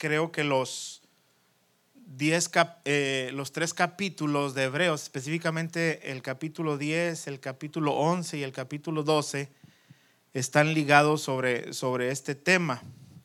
creo que los 3 capítulos de Hebreos, específicamente el capítulo 10, el capítulo 11 y el capítulo 12, están ligados sobre este tema.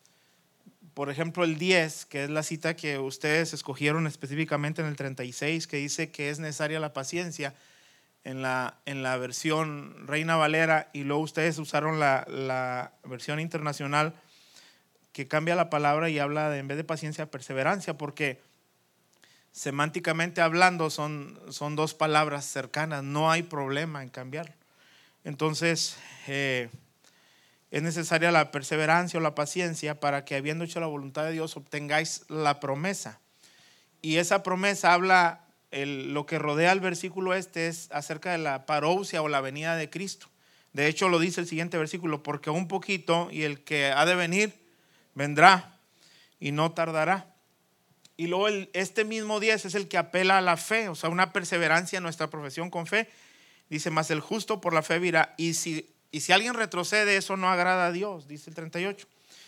Por ejemplo, el 10, que es la cita que ustedes escogieron específicamente en el 36, que dice que es necesaria la paciencia en la versión Reina Valera, y luego ustedes usaron la versión internacional que cambia la palabra y habla en vez de paciencia, perseverancia, porque semánticamente hablando son 2 palabras cercanas, no hay problema en cambiarlo. Entonces es necesaria la perseverancia o la paciencia para que, habiendo hecho la voluntad de Dios, obtengáis la promesa. Y esa promesa habla, lo que rodea el versículo es acerca de la parousia o la venida de Cristo. De hecho lo dice el siguiente versículo: porque un poquito y el que ha de venir vendrá y no tardará. Y luego este mismo 10 es el que apela a la fe, o sea, una perseverancia en nuestra profesión con fe. Dice: mas el justo por la fe vivirá. Y si alguien retrocede, eso no agrada a Dios, dice el 38.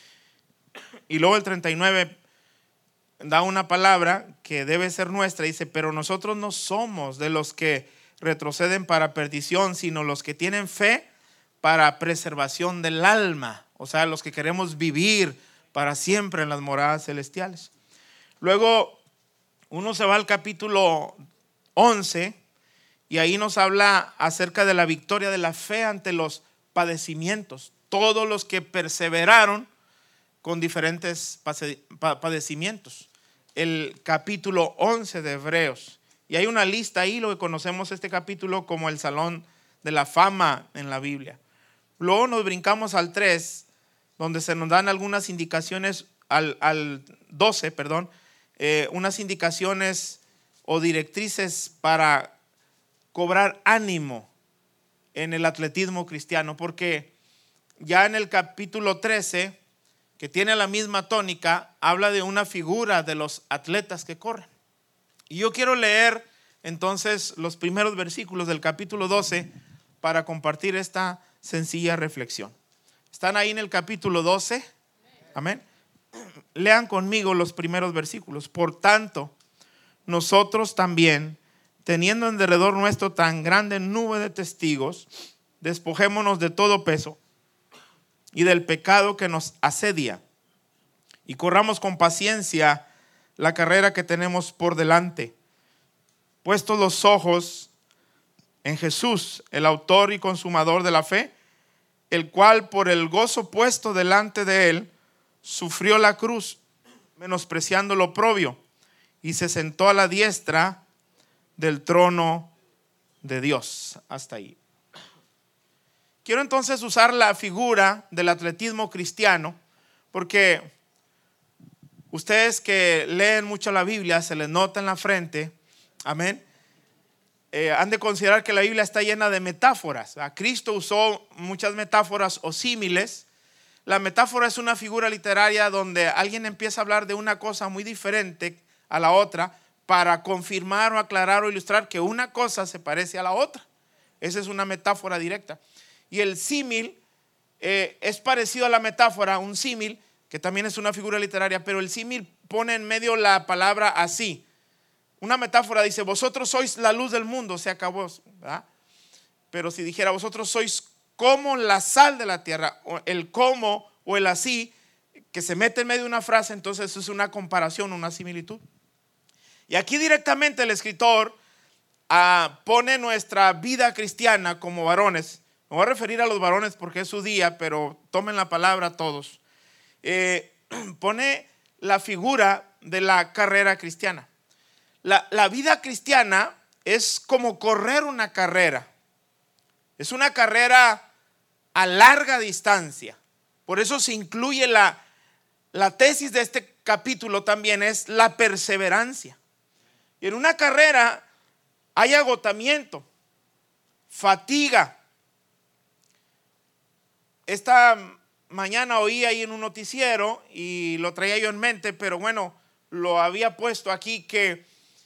Y luego el 39 da una palabra que debe ser nuestra. Dice: pero nosotros no somos de los que retroceden para perdición, sino los que tienen fe para preservación del alma. O sea, los que queremos vivir para siempre en las moradas celestiales. Luego uno se va al capítulo 11 y ahí nos habla acerca de la victoria de la fe ante los padecimientos. Todos los que perseveraron con diferentes padecimientos. El capítulo 11 de Hebreos. Y hay una lista ahí, lo que conocemos este capítulo como el Salón de la Fama en la Biblia. Luego nos brincamos al 3, donde se nos dan algunas indicaciones, al 12, perdón, unas indicaciones o directrices para cobrar ánimo en el atletismo cristiano, porque ya en el capítulo 13, que tiene la misma tónica, habla de una figura de los atletas que corren. Y yo quiero leer entonces los primeros versículos del capítulo 12 para compartir esta sencilla reflexión. ¿Están ahí en el capítulo 12? Amén. Lean conmigo los primeros versículos. Por tanto, nosotros también, teniendo en derredor nuestro tan grande nube de testigos, despojémonos de todo peso y del pecado que nos asedia, y corramos con paciencia la carrera que tenemos por delante, puestos los ojos en Jesús, el autor y consumador de la fe, el cual por el gozo puesto delante de él sufrió la cruz, menospreciando lo oprobio, y se sentó a la diestra del trono de Dios. Hasta ahí. Quiero entonces usar la figura del atletismo cristiano, porque ustedes que leen mucho la Biblia, se les nota en la frente, amén, han de considerar que la Biblia está llena de metáforas. Cristo usó muchas metáforas o símiles. La metáfora es una figura literaria donde alguien empieza a hablar de una cosa muy diferente a la otra para confirmar o aclarar o ilustrar que una cosa se parece a la otra. Esa es una metáfora directa. Y el símil es parecido a la metáfora, un símil, que también es una figura literaria, pero el símil pone en medio la palabra así. Una metáfora dice: vosotros sois la luz del mundo, se acabó, ¿verdad? Pero si dijera: vosotros sois como la sal de la tierra, el como o el así, que se mete en medio de una frase, entonces es una comparación, una similitud. Y aquí directamente el escritor pone nuestra vida cristiana como varones. Me voy a referir a los varones porque es su día, pero tomen la palabra todos. Pone la figura de la carrera cristiana. La vida cristiana es como correr una carrera. Es una carrera a larga distancia. Por eso se incluye la tesis de este capítulo también es la perseverancia. Y en una carrera hay agotamiento, fatiga. Esta mañana oí ahí en un noticiero y lo traía yo en mente, pero bueno, lo había puesto aquí que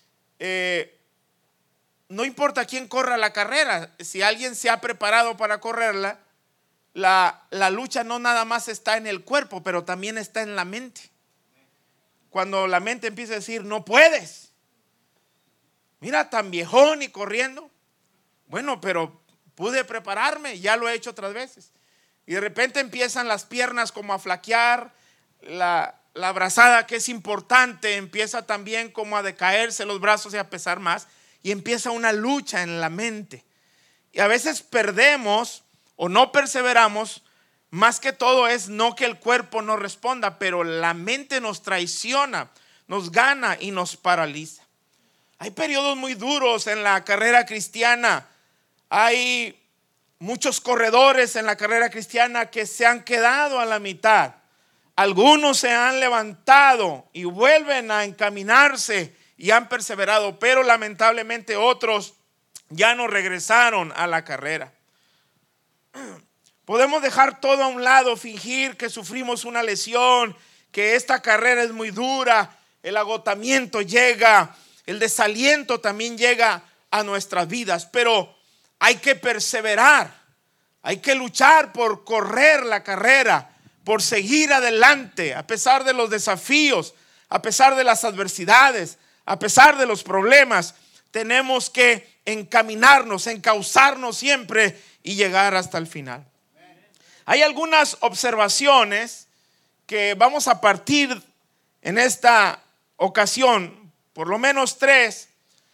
no importa quién corra la carrera, si alguien se ha preparado para correrla, la lucha no nada más está en el cuerpo, pero también está en la mente. cuando la mente empieza a decir, no puedes. Mira, tan viejón y corriendo. Bueno, pero pude prepararme, ya lo he hecho otras veces. Y de repente empiezan las piernas como a flaquear, la brazada, que es importante, empieza también como a decaerse los brazos y a pesar más. Y empieza una lucha en la mente. Y a veces perdemos o no perseveramos. Más que todo es no que el cuerpo no responda, pero la mente nos traiciona, nos gana y nos paraliza. Hay periodos muy duros en la carrera cristiana. Hay muchos corredores en la carrera cristiana que se han quedado a la mitad. Algunos se han levantado y vuelven a encaminarse y han perseverado, pero lamentablemente otros ya no regresaron a la carrera. Podemos dejar todo a un lado, fingir que sufrimos una lesión, que esta carrera es muy dura, el agotamiento llega, el desaliento también llega a nuestras vidas, pero hay que perseverar, hay que luchar por correr la carrera, por seguir adelante, a pesar de los desafíos, a pesar de las adversidades, a pesar de los problemas. Tenemos que encaminarnos, encauzarnos siempre y llegar hasta el final. Hay algunas observaciones que vamos a partir en esta ocasión, por lo menos 3,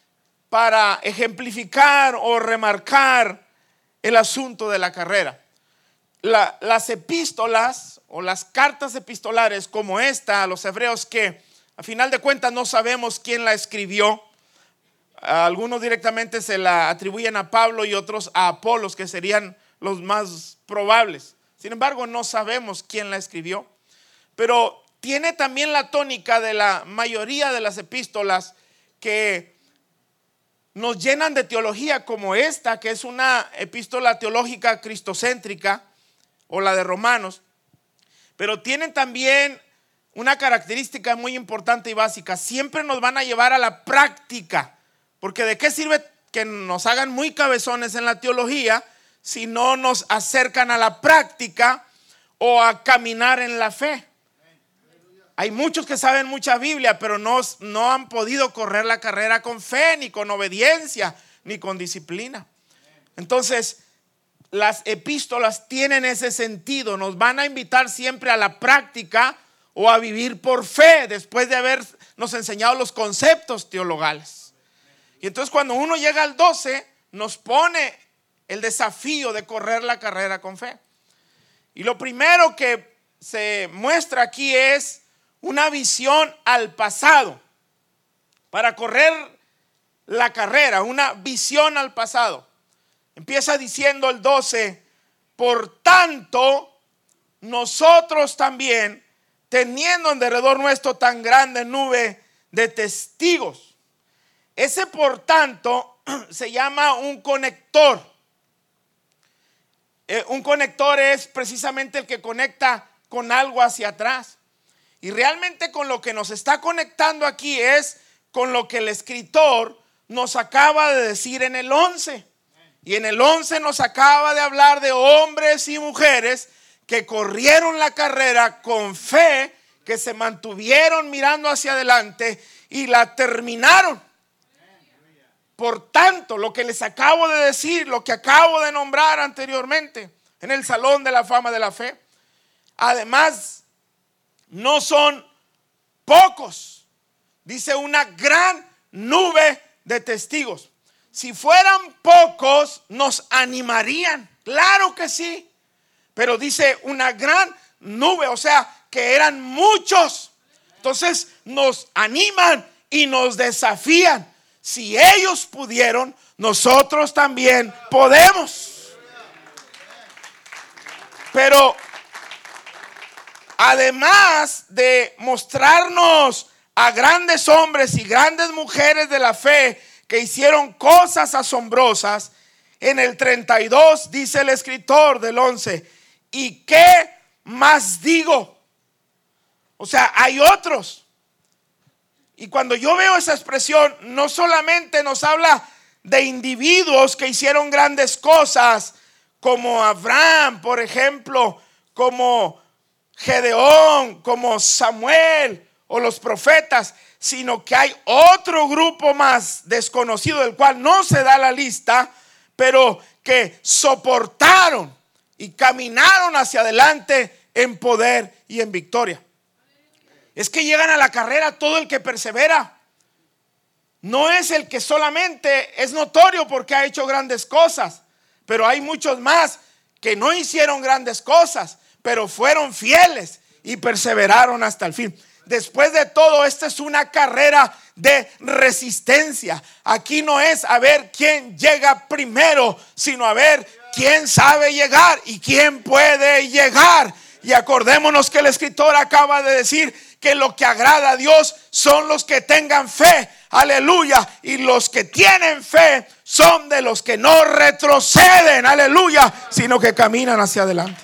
para ejemplificar o remarcar el asunto de la carrera. Las epístolas o las cartas epistolares como esta a los hebreos, que a final de cuentas no sabemos quién la escribió. Algunos directamente se la atribuyen a Pablo y otros a Apolos, que serían los más probables. Sin embargo, no sabemos quién la escribió, pero tiene también la tónica de la mayoría de las epístolas que nos llenan de teología, como esta, que es una epístola teológica cristocéntrica, o la de Romanos, pero tienen también una característica muy importante y básica: siempre nos van a llevar a la práctica, porque ¿de qué sirve que nos hagan muy cabezones en la teología si no nos acercan a la práctica o a caminar en la fe? Hay muchos que saben mucha Biblia, pero no han podido correr la carrera con fe, ni con obediencia, ni con disciplina. Entonces, las epístolas tienen ese sentido, nos van a invitar siempre a la práctica o a vivir por fe, después de habernos enseñado los conceptos teologales. Y entonces cuando uno llega al 12, nos pone el desafío de correr la carrera con fe. Y lo primero que se muestra aquí es una visión al pasado. Para correr la carrera, una visión al pasado. Empieza diciendo el 12, por tanto, nosotros también, teniendo en derredor nuestro tan grande nube de testigos. Ese por tanto se llama un conector. Un conector es precisamente el que conecta con algo hacia atrás. Y realmente con lo que nos está conectando aquí es con lo que el escritor nos acaba de decir en el 11. Y en el 11 nos acaba de hablar de hombres y mujeres que corrieron la carrera con fe, que se mantuvieron mirando hacia adelante y la terminaron. Por tanto, lo que les acabo de decir, lo que acabo de nombrar anteriormente en el Salón de la Fama de la Fe, además no son pocos, dice una gran nube de testigos. Si fueran pocos, nos animarían, claro que sí, pero dice una gran nube, o sea que eran muchos. Entonces nos animan y nos desafían. Si ellos pudieron, nosotros también podemos. Pero además de mostrarnos a grandes hombres y grandes mujeres de la fe que hicieron cosas asombrosas, en el 32 dice el escritor del 11, ¿y qué más digo? O sea, hay otros. Y cuando yo veo esa expresión, no solamente nos habla de individuos que hicieron grandes cosas, como Abraham, por ejemplo, como Gedeón, como Samuel o los profetas, sino que hay otro grupo más desconocido del cual no se da la lista, pero que soportaron y caminaron hacia adelante en poder y en victoria. Es que llegan a la carrera todo el que persevera. No es el que solamente es notorio porque ha hecho grandes cosas, pero hay muchos más que no hicieron grandes cosas, pero fueron fieles y perseveraron hasta el fin. Después de todo, esta es una carrera de resistencia. Aquí no es a ver quién llega primero, sino a ver quién sabe llegar y quién puede llegar. Y acordémonos que el escritor acaba de decir que lo que agrada a Dios son los que tengan fe. Aleluya. Y los que tienen fe son de los que no retroceden. Aleluya. Sino que caminan hacia adelante.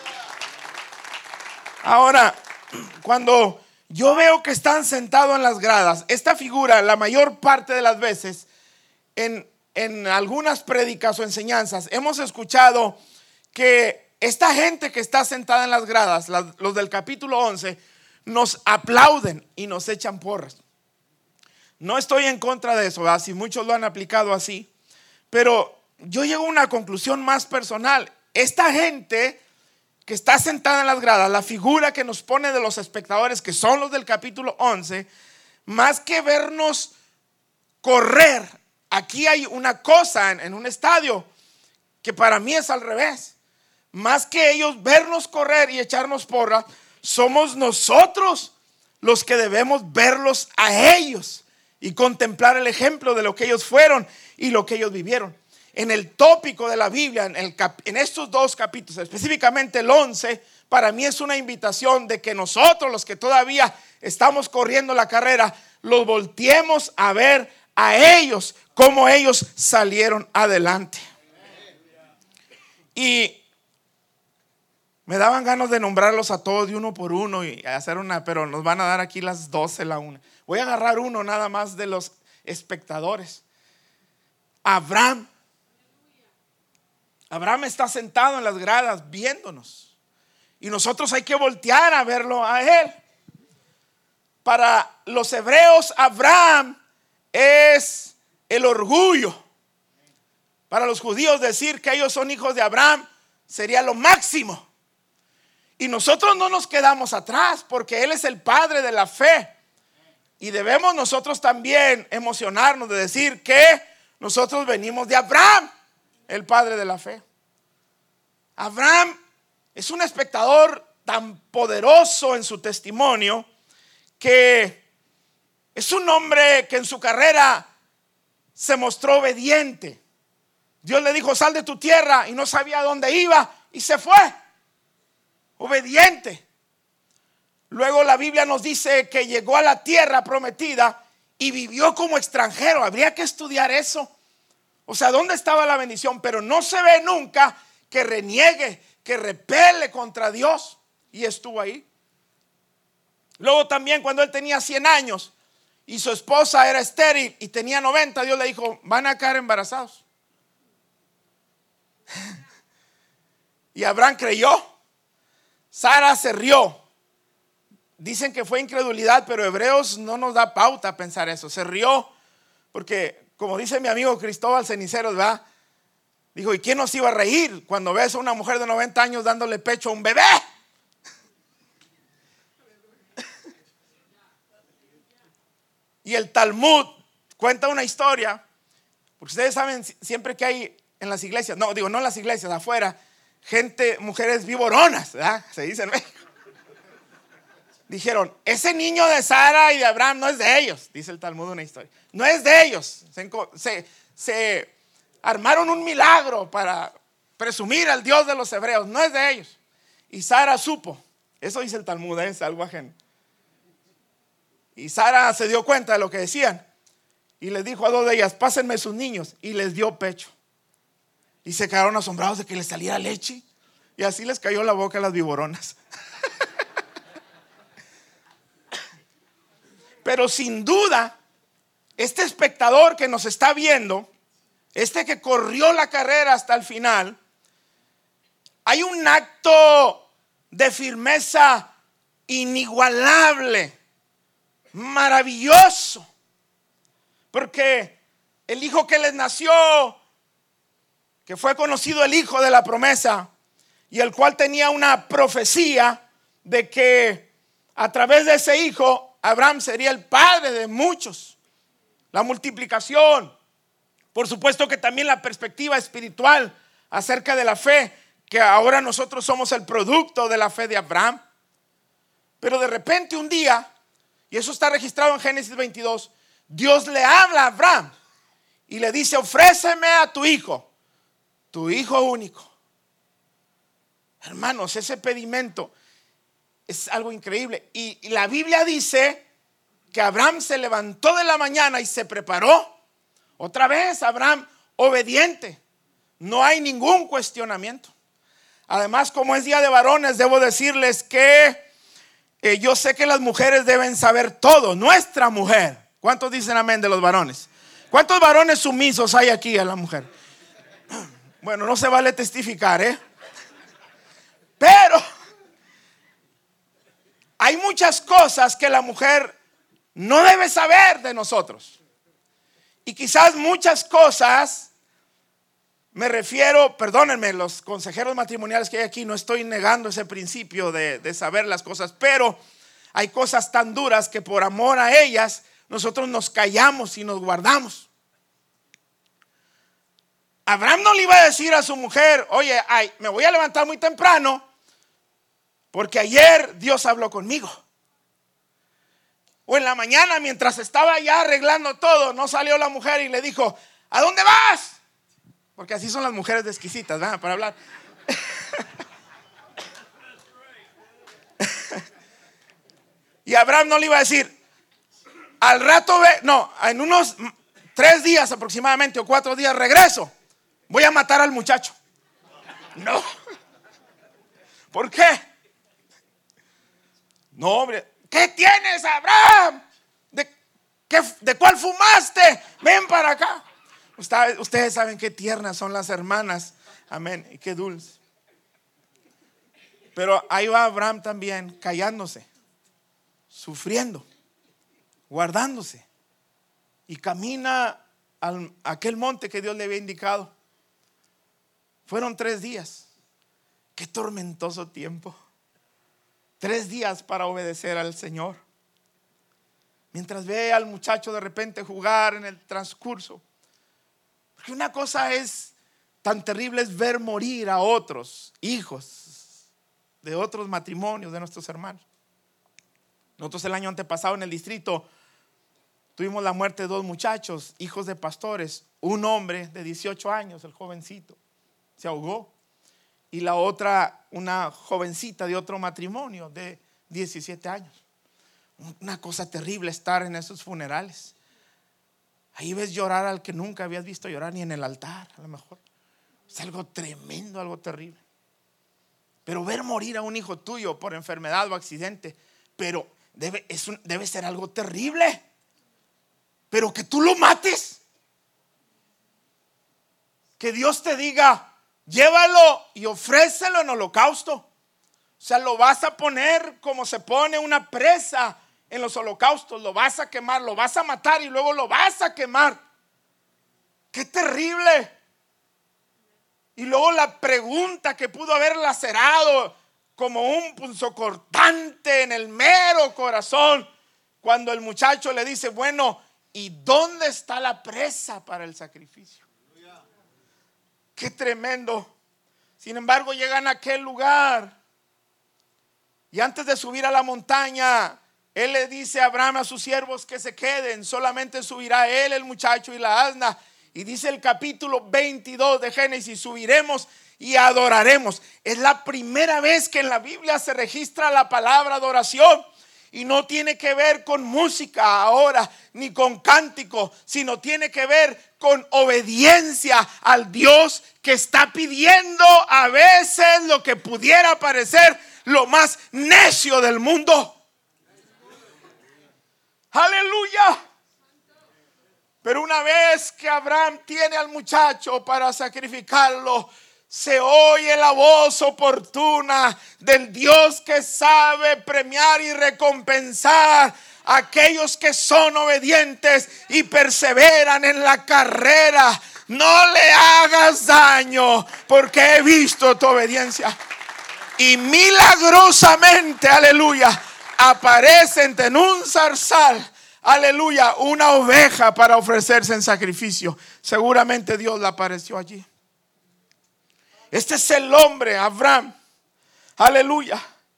Ahora, cuando yo veo que están sentados en las gradas, esta figura la mayor parte de las veces en algunas prédicas o enseñanzas hemos escuchado que esta gente que está sentada en las gradas, los del capítulo 11, nos aplauden y nos echan porras. No estoy en contra de eso, ¿verdad? Si muchos lo han aplicado así, pero yo llego a una conclusión más personal. Esta gente que está sentada en las gradas, la figura que nos pone de los espectadores, que son los del capítulo 11, más que vernos correr, aquí hay una cosa en un estadio que para mí es al revés. Más que ellos vernos correr y echarnos porra, somos nosotros los que debemos verlos a ellos y contemplar el ejemplo de lo que ellos fueron y lo que ellos vivieron. En el tópico de la Biblia, en estos dos capítulos, específicamente el 11, para mí es una invitación de que nosotros, los que todavía estamos corriendo la carrera, los volteemos a ver a ellos, cómo ellos salieron adelante. Y me daban ganas de nombrarlos a todos de uno por uno y hacer una, pero nos van a dar aquí las 12 la una. Voy a agarrar uno nada más de los espectadores. Abraham está sentado en las gradas viéndonos. Y nosotros hay que voltear a verlo a él. Para los hebreos, Abraham es el orgullo. Para los judíos, decir que ellos son hijos de Abraham sería lo máximo. Y nosotros no nos quedamos atrás porque él es el padre de la fe. Y debemos nosotros también emocionarnos de decir que nosotros venimos de Abraham, el padre de la fe. Abraham es un espectador tan poderoso en su testimonio que es un hombre que en su carrera se mostró obediente. Dios le dijo: sal de tu tierra, y no sabía a dónde iba y se fue. Obediente. Luego la Biblia nos dice que llegó a la tierra prometida y vivió como extranjero. Habría que estudiar eso. O sea, ¿dónde estaba la bendición? Pero no se ve nunca que reniegue, que repele contra Dios. Y estuvo ahí. Luego también cuando él tenía 100 años y su esposa era estéril y tenía 90, Dios le dijo: van a quedar embarazados. Y Abraham creyó. Sara se rió. Dicen que fue incredulidad, pero Hebreos no nos da pauta a pensar eso. Se rió porque, como dice mi amigo Cristóbal Ceniceros, ¿verdad? Dijo: ¿y quién nos iba a reír cuando ves a una mujer de 90 años dándole pecho a un bebé? Y el Talmud cuenta una historia, porque ustedes saben siempre que hay en las iglesias, no en las iglesias, afuera, gente, mujeres vivoronas, ¿verdad? Se dice en México. Dijeron: ese niño de Sara y de Abraham no es de ellos, dice el Talmud una historia. No es de ellos. Se armaron un milagro para presumir al Dios de los hebreos. No es de ellos. Y Sara supo. Eso dice el Talmud, es algo ajeno. Y Sara se dio cuenta de lo que decían y les dijo a dos de ellas: pásenme sus niños. Y les dio pecho. Y se quedaron asombrados de que les saliera leche. Y así les cayó la boca a las vivoronas. Pero sin duda, este espectador que nos está viendo, este que corrió la carrera hasta el final, hay un acto de firmeza inigualable maravilloso, porque el hijo que les nació, que fue conocido el hijo de la promesa, y el cual tenía una profecía de que a través de ese hijo Abraham sería el padre de muchos, la multiplicación. Por supuesto que también la perspectiva espiritual acerca de la fe, que ahora nosotros somos el producto de la fe de Abraham. Pero de repente un día, y eso está registrado en Génesis 22, Dios le habla a Abraham y le dice: ofréceme a tu hijo único. Hermanos, ese pedimento es algo increíble. Y la Biblia dice que Abraham se levantó de la mañana y se preparó. Otra vez Abraham obediente. No hay ningún cuestionamiento. Además, como es día de varones, debo decirles que yo sé que las mujeres deben saber todo. Nuestra mujer. ¿Cuántos dicen amén de los varones? ¿Cuántos varones sumisos hay aquí a la mujer? Bueno, no se vale testificar, pero hay muchas cosas que la mujer no debe saber de nosotros. Y quizás muchas cosas, me refiero, perdónenme los consejeros matrimoniales que hay aquí, no estoy negando ese principio de saber las cosas, pero hay cosas tan duras que por amor a ellas nosotros nos callamos y nos guardamos. Abraham no le iba a decir a su mujer: oye, me voy a levantar muy temprano porque ayer Dios habló conmigo. O en la mañana, mientras estaba ya arreglando todo, no salió la mujer y le dijo: ¿a dónde vas? Porque así son las mujeres exquisitas, ¿verdad? Para hablar. Y Abraham no le iba a decir: al rato en unos 3 días aproximadamente o 4 días regreso, voy a matar al muchacho. No. ¿Por qué? No, hombre. ¿Qué tienes, Abraham? ¿De cuál fumaste? Ven para acá. Ustedes saben qué tiernas son las hermanas. Amén. Y qué dulce. Pero ahí va Abraham también, callándose, sufriendo, guardándose. Y camina a aquel monte que Dios le había indicado. Fueron 3 días. Qué tormentoso tiempo. 3 días para obedecer al Señor. Mientras ve al muchacho de repente jugar en el transcurso. Porque una cosa es tan terrible, es ver morir a otros hijos de otros matrimonios de nuestros hermanos. Nosotros el año antepasado en el distrito tuvimos la muerte de 2 muchachos, hijos de pastores. Un hombre de 18 años, el jovencito, se ahogó. Y la otra, una jovencita de otro matrimonio de 17 años. Una cosa terrible estar en esos funerales. Ahí ves llorar al que nunca habías visto llorar, ni en el altar, a lo mejor. Es algo tremendo, algo terrible. Pero ver morir a un hijo tuyo por enfermedad o accidente, pero debe ser algo terrible. Pero que tú lo mates. Que Dios te diga: llévalo y ofrécelo en holocausto. O sea, lo vas a poner como se pone una presa en los holocaustos. Lo vas a quemar, lo vas a matar y luego lo vas a quemar. ¡Qué terrible! Y luego la pregunta que pudo haber lacerado como un punzocortante en el mero corazón, cuando el muchacho le dice: bueno, ¿y dónde está la presa para el sacrificio? Qué tremendo. Sin embargo, llegan a aquel lugar y antes de subir a la montaña, él le dice a Abraham, a sus siervos, que se queden. Solamente subirá él, el muchacho y la asna. Y dice el capítulo 22 de Génesis: subiremos y adoraremos. Es la primera vez que en la Biblia se registra la palabra adoración. Y no tiene que ver con música ahora, ni con cántico, sino tiene que ver con obediencia al Dios que está pidiendo a veces lo que pudiera parecer lo más necio del mundo. Aleluya. Pero una vez que Abraham tiene al muchacho para sacrificarlo, se oye la voz oportuna del Dios que sabe premiar y recompensar Aquellos que son obedientes y perseveran en la carrera, no le hagas daño, porque he visto tu obediencia. Y milagrosamente, aleluya, aparecen en un zarzal, aleluya, una oveja para ofrecerse en sacrificio. Seguramente Dios le apareció allí. Este es el hombre, Abraham. Aleluya.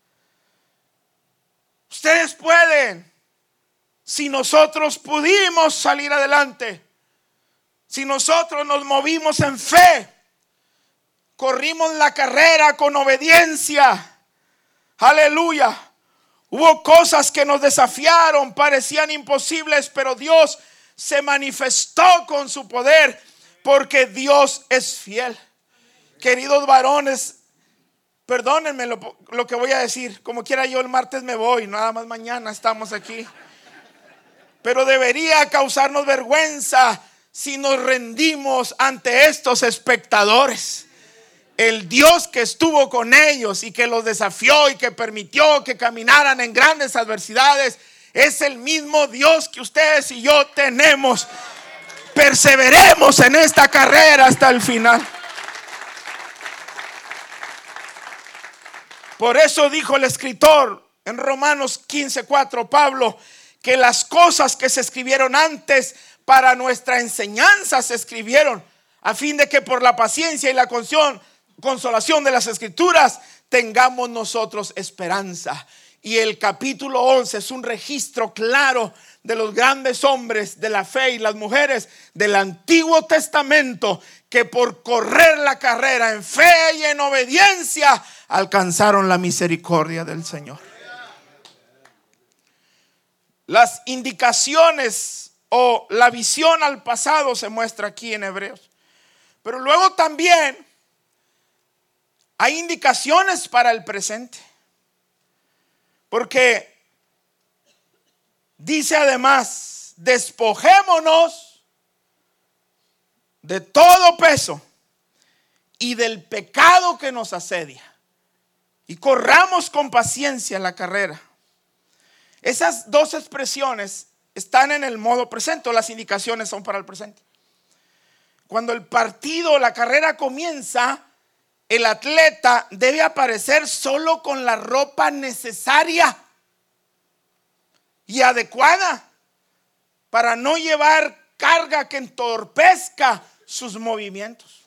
Ustedes pueden, si nosotros pudimos salir adelante, si nosotros nos movimos en fe, corrimos la carrera con obediencia. Aleluya. Hubo cosas que nos desafiaron, parecían imposibles, pero Dios se manifestó con su poder, porque Dios es fiel. Queridos varones, perdónenme lo que voy a decir. Como quiera, yo el martes me voy, nada más mañana estamos aquí. Pero debería causarnos vergüenza si nos rendimos ante estos espectadores. El Dios que estuvo con ellos y que los desafió y que permitió que caminaran en grandes adversidades es el mismo Dios que ustedes y yo tenemos. Perseveremos en esta carrera hasta el final. Por eso dijo el escritor en Romanos 15:4, Pablo, que las cosas que se escribieron antes para nuestra enseñanza se escribieron a fin de que por la paciencia y la consolación de las escrituras tengamos nosotros esperanza. Y el capítulo 11 es un registro claro de los grandes hombres de la fe y las mujeres del Antiguo Testamento que por correr la carrera en fe y en obediencia alcanzaron la misericordia del Señor. Las indicaciones o la visión al pasado se muestra aquí en Hebreos. Pero luego también hay indicaciones para el presente. Porque dice además, despojémonos de todo peso y del pecado que nos asedia y corramos con paciencia la carrera. Esas dos expresiones están en el modo presente, las indicaciones son para el presente. Cuando el partido, la carrera comienza, el atleta debe aparecer solo con la ropa necesaria y adecuada para no llevar carga que entorpezca sus movimientos.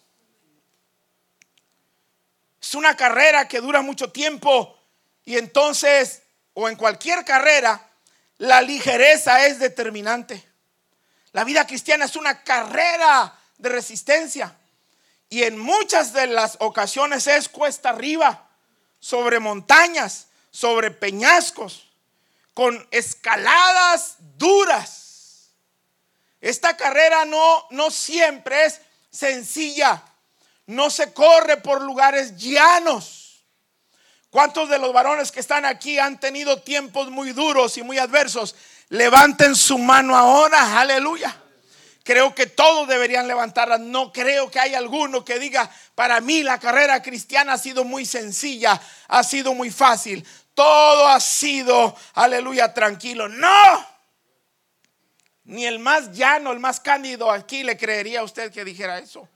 Es una carrera que dura mucho tiempo y entonces, o en cualquier carrera, la ligereza es determinante. La vida cristiana es una carrera de resistencia. Y en muchas de las ocasiones es cuesta arriba, sobre montañas, sobre peñascos, con escaladas duras. Esta carrera no siempre es sencilla, no se corre por lugares llanos. ¿Cuántos de los varones que están aquí han tenido tiempos muy duros y muy adversos? Levanten su mano ahora, aleluya. Creo que todos deberían levantarla. No creo que haya alguno que diga, para mí la carrera cristiana ha sido muy sencilla, ha sido muy fácil. Todo ha sido, aleluya, tranquilo. No. Ni el más llano, el más cándido aquí le creería a usted que dijera eso.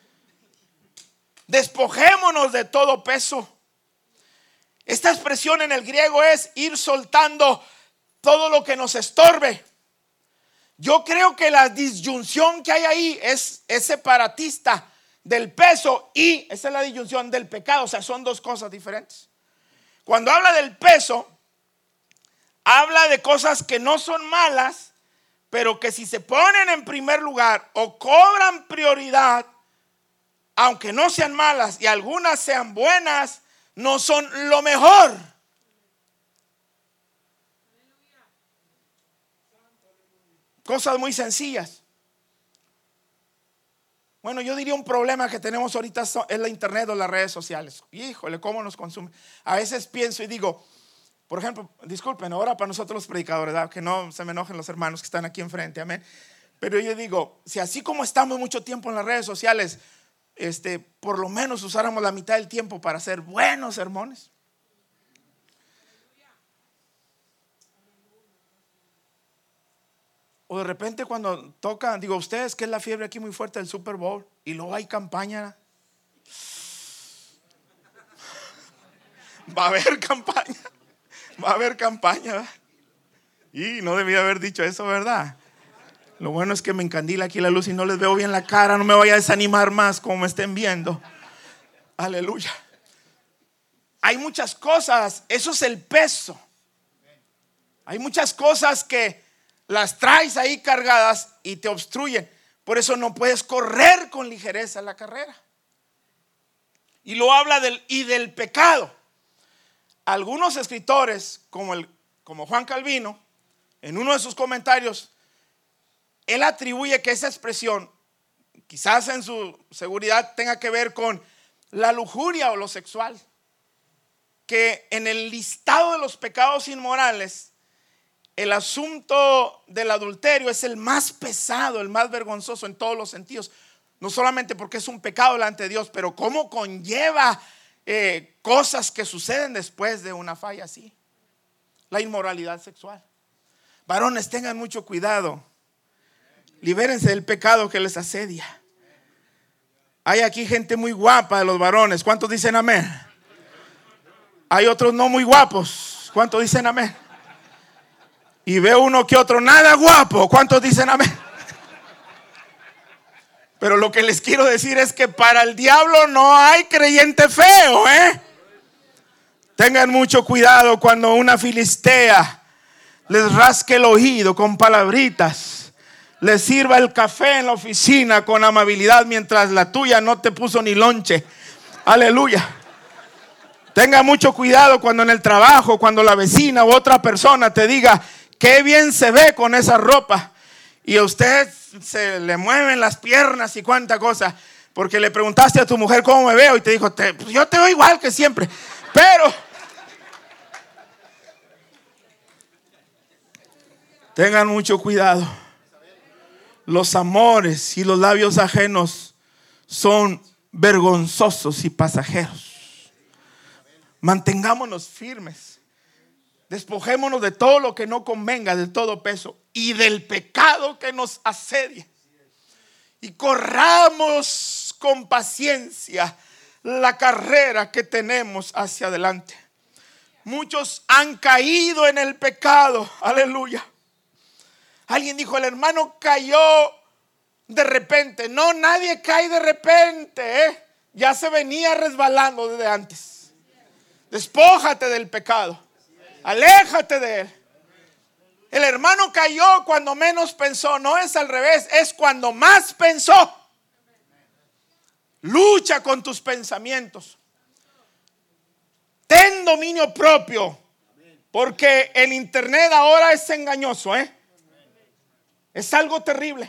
Despojémonos de todo peso. Esta expresión en el griego es ir soltando todo lo que nos estorbe. Yo creo que la disyunción que hay ahí es separatista del peso y esa es la disyunción del pecado. O sea, son dos cosas diferentes. Cuando habla del peso, habla de cosas que no son malas, pero que si se ponen en primer lugar o cobran prioridad, aunque no sean malas y algunas sean buenas, no son lo mejor. Cosas muy sencillas. Bueno, yo diría un problema que tenemos ahorita es la internet o las redes sociales. Híjole, cómo nos consume. A veces pienso y digo, por ejemplo, disculpen, ahora para nosotros los predicadores, ¿verdad? Que no se me enojen los hermanos que están aquí enfrente, amén. Pero yo digo, si así como estamos mucho tiempo en las redes sociales, por lo menos usáramos la mitad del tiempo para hacer buenos sermones. O de repente cuando toca, digo, ustedes que es la fiebre aquí muy fuerte del Super Bowl y luego hay campaña. Va a haber campaña. Va a haber campaña, ¿verdad? Y no debía haber dicho eso, ¿verdad? Lo bueno es que me encandila aquí la luz y no les veo bien la cara. No me vaya a desanimar más como me estén viendo. Aleluya. Hay muchas cosas, eso es el peso. Hay muchas cosas que las traes ahí cargadas y te obstruyen. Por eso no puedes correr con ligereza la carrera. Y lo habla del pecado. Algunos escritores, como Juan Calvino, en uno de sus comentarios, él atribuye que esa expresión, quizás en su seguridad, tenga que ver con la lujuria o lo sexual. Que en el listado de los pecados inmorales, el asunto del adulterio es el más pesado, el más vergonzoso en todos los sentidos. No solamente porque es un pecado delante de Dios, pero cómo conlleva cosas que suceden después de una falla así. La inmoralidad sexual. Varones, tengan mucho cuidado. Libérense del pecado que les asedia. Hay aquí gente muy guapa de los varones. ¿Cuántos dicen amén? Hay otros no muy guapos. ¿Cuántos dicen amén? Y veo uno que otro nada guapo. ¿Cuántos dicen amén? Pero lo que les quiero decir es que para el diablo no hay creyente feo, ¿eh? Tengan mucho cuidado cuando una filistea les rasque el oído con palabritas, les sirva el café en la oficina con amabilidad mientras la tuya no te puso ni lonche. Aleluya. Tenga mucho cuidado cuando en el trabajo, cuando la vecina u otra persona te diga qué bien se ve con esa ropa y a usted se le mueven las piernas y cuánta cosa, porque le preguntaste a tu mujer cómo me veo y te dijo, pues yo te veo igual que siempre. Pero tengan mucho cuidado. Los amores y los labios ajenos son vergonzosos y pasajeros. Mantengámonos firmes. Despojémonos de todo lo que no convenga, de todo peso y del pecado que nos asedia. Y corramos con paciencia la carrera que tenemos hacia adelante. Muchos han caído en el pecado. Aleluya. Alguien dijo, el hermano cayó de repente. No, nadie cae de repente, ¿eh? Ya se venía resbalando desde antes. Despójate del pecado. Aléjate de él. El hermano cayó cuando menos pensó. No es al revés, es cuando más pensó. Lucha con tus pensamientos. Ten dominio propio. Porque el internet ahora es engañoso, ¿eh? Es algo terrible.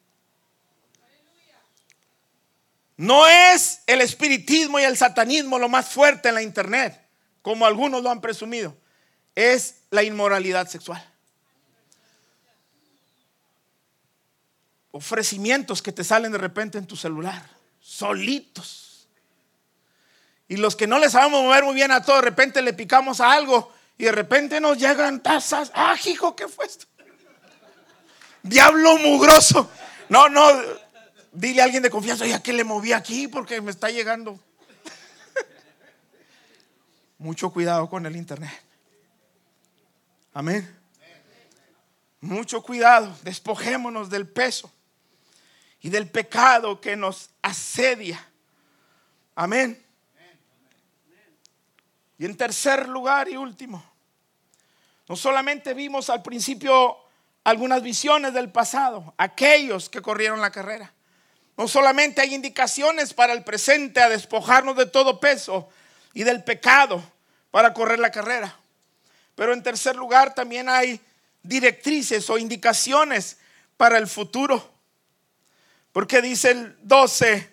No es el espiritismo y el satanismo lo más fuerte en la internet, como algunos lo han presumido. Es la inmoralidad sexual. Ofrecimientos que te salen de repente en tu celular, solitos. Y los que no le sabemos mover muy bien a todo, de repente le picamos a algo y de repente nos llegan tazas. ¡Ah, hijo, qué fue esto! Diablo mugroso. No, dile a alguien de confianza, oye, ¿qué le moví aquí? Porque me está llegando. Mucho cuidado con el internet. Amén. Mucho cuidado. Despojémonos del peso y del pecado que nos asedia. Amén. Y en tercer lugar y último, no solamente vimos al principio algunas visiones del pasado, aquellos que corrieron la carrera. No solamente hay indicaciones para el presente a despojarnos de todo peso y del pecado para correr la carrera, pero en tercer lugar también hay directrices o indicaciones para el futuro. Porque dice el 12,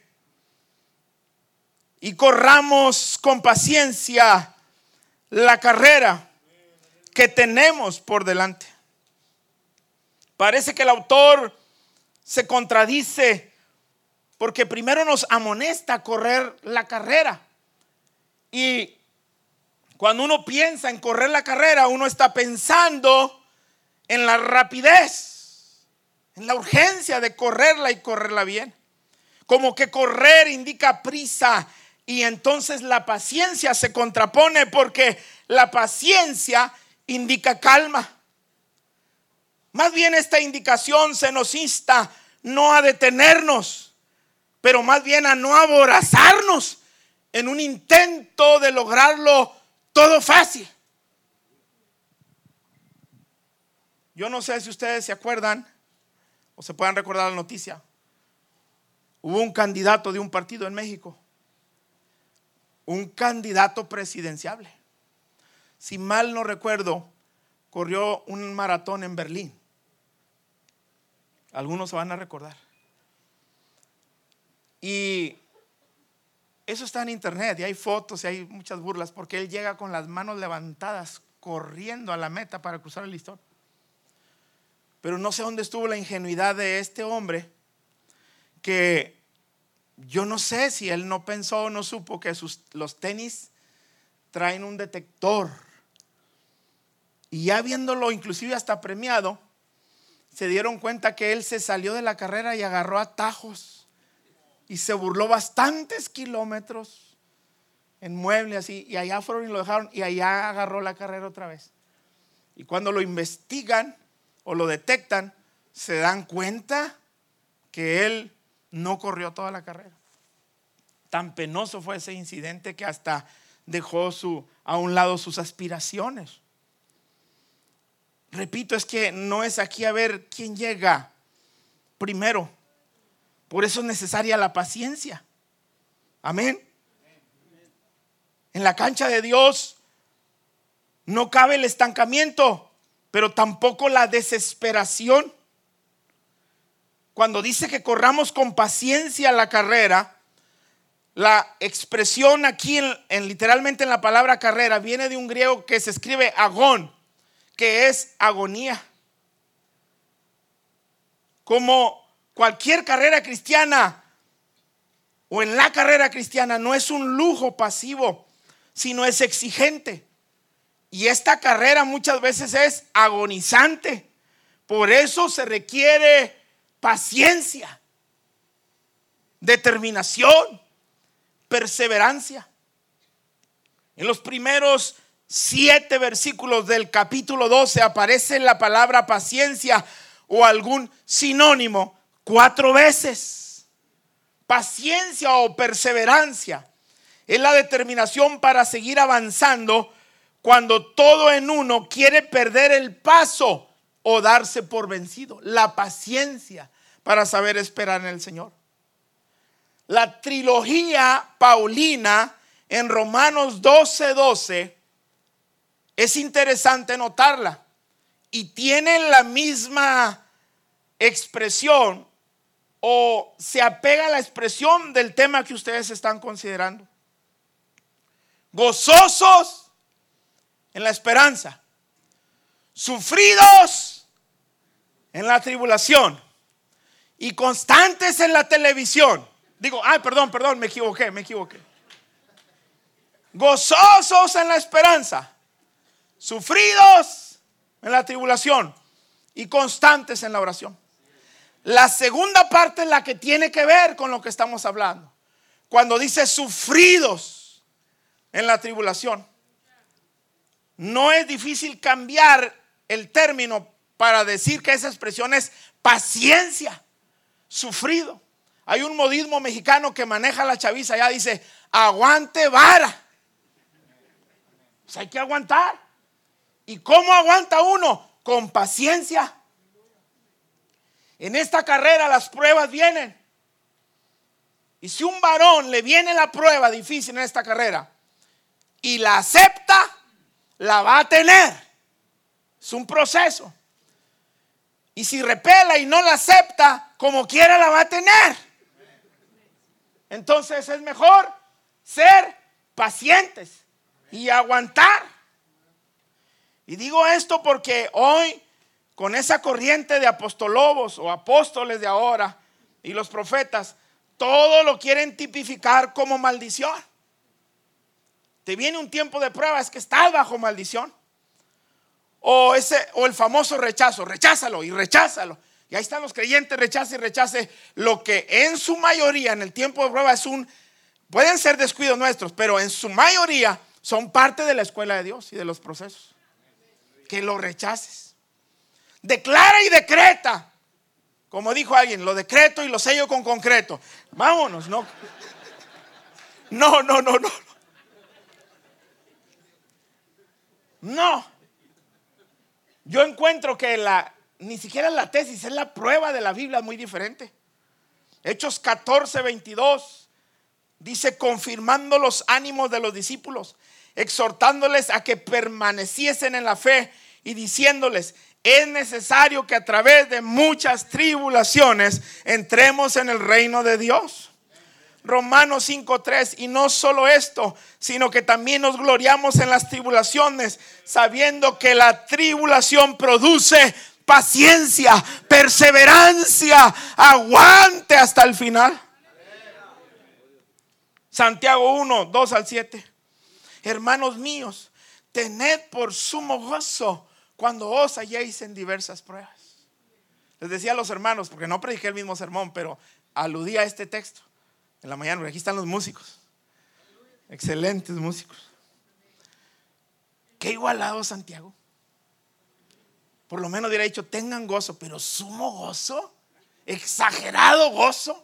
y corramos con paciencia la carrera que tenemos por delante. Parece que el autor se contradice porque primero nos amonesta a correr la carrera. Y cuando uno piensa en correr la carrera, uno está pensando en la rapidez. en la urgencia de correrla y correrla bien. Como que correr indica prisa y entonces la paciencia se contrapone porque la paciencia indica calma. Más bien esta indicación se nos insta no a detenernos, pero más bien a no aborazarnos en un intento de lograrlo todo fácil. Yo no sé si ustedes se acuerdan o se puedan recordar la noticia. Hubo un candidato de un partido en México, un candidato presidenciable. Si mal no recuerdo, corrió un maratón en Berlín. Algunos se van a recordar. Y eso está en internet y hay fotos y hay muchas burlas porque él llega con las manos levantadas corriendo a la meta para cruzar el listón. Pero no sé dónde estuvo la ingenuidad de este hombre, que yo no sé si él no pensó o no supo que los tenis traen un detector. Y ya viéndolo inclusive hasta premiado, se dieron cuenta que él se salió de la carrera y agarró atajos y se burló bastantes kilómetros en mueble así, y allá fueron y lo dejaron y allá agarró la carrera otra vez. Y cuando lo investigan o lo detectan, se dan cuenta que él no corrió toda la carrera. Tan penoso fue ese incidente que hasta dejó a un lado sus aspiraciones. Repito, es que no es aquí a ver quién llega primero. Por eso es necesaria la paciencia. Amén. En la cancha de Dios no cabe el estancamiento, pero tampoco la desesperación. Cuando dice que corramos con paciencia la carrera, la expresión aquí literalmente en la palabra carrera viene de un griego que se escribe agón, que es agonía. Como cualquier carrera cristiana o en la carrera cristiana no es un lujo pasivo, sino es exigente. Y esta carrera muchas veces es agonizante. Por eso se requiere paciencia, determinación, perseverancia. En los primeros 7 versículos del capítulo 12 aparece la palabra paciencia o algún sinónimo 4 veces. Paciencia o perseverancia es la determinación para seguir avanzando cuando todo en uno quiere perder el paso o darse por vencido. La paciencia para saber esperar en el Señor. La trilogía paulina en Romanos 12:12 es interesante notarla y tienen la misma expresión o se apega a la expresión del tema que ustedes están considerando. Gozosos en la esperanza, sufridos en la tribulación y constantes en la televisión. Perdón, me equivoqué. Gozosos en la esperanza, sufridos en la tribulación y constantes en la oración. La segunda parte es la que tiene que ver con lo que estamos hablando. Cuando dice sufridos en la tribulación, no es difícil cambiar el término para decir que esa expresión es paciencia, sufrido. Hay un modismo mexicano que maneja la chaviza, ya dice aguante vara. Pues hay que aguantar. ¿Y cómo aguanta uno? Con paciencia. En esta carrera las pruebas vienen. Y si un varón le viene la prueba difícil en esta carrera y la acepta, la va a tener. Es un proceso. Y si repela y no la acepta, como quiera la va a tener. Entonces es mejor ser pacientes y aguantar. Y digo esto porque hoy, con esa corriente de apostolobos o apóstoles de ahora y los profetas, todo lo quieren tipificar como maldición. Te viene un tiempo de prueba, es que estás bajo maldición. O el famoso rechazo, recházalo y recházalo. Y ahí están los creyentes, rechace y rechace. Lo que en su mayoría en el tiempo de prueba pueden ser descuidos nuestros, pero en su mayoría son parte de la escuela de Dios y de los procesos. Que lo rechaces. Declara y decreta. Como dijo alguien, lo decreto y lo sello con concreto. Vámonos, no. No. No. Yo encuentro que ni siquiera la tesis, es la prueba de la Biblia, es muy diferente. Hechos 14:22 dice: confirmando los ánimos de los discípulos, exhortándoles a que permaneciesen en la fe y diciéndoles: es necesario que a través de muchas tribulaciones entremos en el reino de Dios. Romanos 5:3, y no solo esto, sino que también nos gloriamos en las tribulaciones, sabiendo que la tribulación produce paciencia, perseverancia, aguante hasta el final. Santiago 1:2-7. Hermanos míos, tened por sumo gozo cuando os halléis en diversas pruebas. Les decía a los hermanos, porque no prediqué el mismo sermón, pero aludí a este texto en la mañana, porque aquí están los músicos, excelentes músicos. Qué igualado Santiago. Por lo menos hubiera dicho: tengan gozo, pero sumo gozo, exagerado gozo.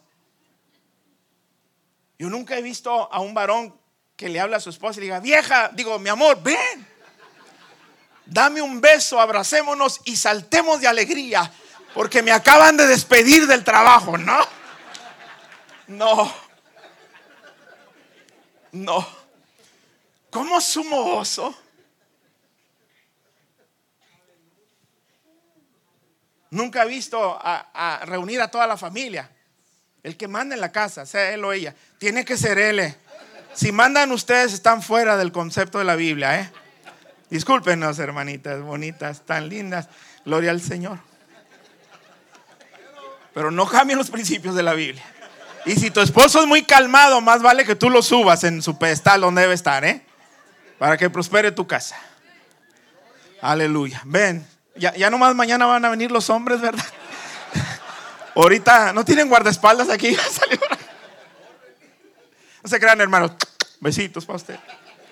Yo nunca he visto a un varón que le habla a su esposa y le diga: mi amor, ven, dame un beso, abracémonos y saltemos de alegría porque me acaban de despedir del trabajo. No. ¿Cómo sumo gozo? Nunca he visto a reunir a toda la familia. El que manda en la casa, sea él o ella, tiene que ser él. Si mandan ustedes, están fuera del concepto de la Biblia. Discúlpenos, hermanitas bonitas, tan lindas. Gloria al Señor. Pero no cambien los principios de la Biblia. Y si tu esposo es muy calmado, más vale que tú lo subas en su pedestal donde debe estar, para que prospere tu casa. Aleluya. Ven, ya nomás mañana van a venir los hombres, ¿verdad? Ahorita no tienen guardaespaldas aquí. No se crean, hermanos. Besitos para usted.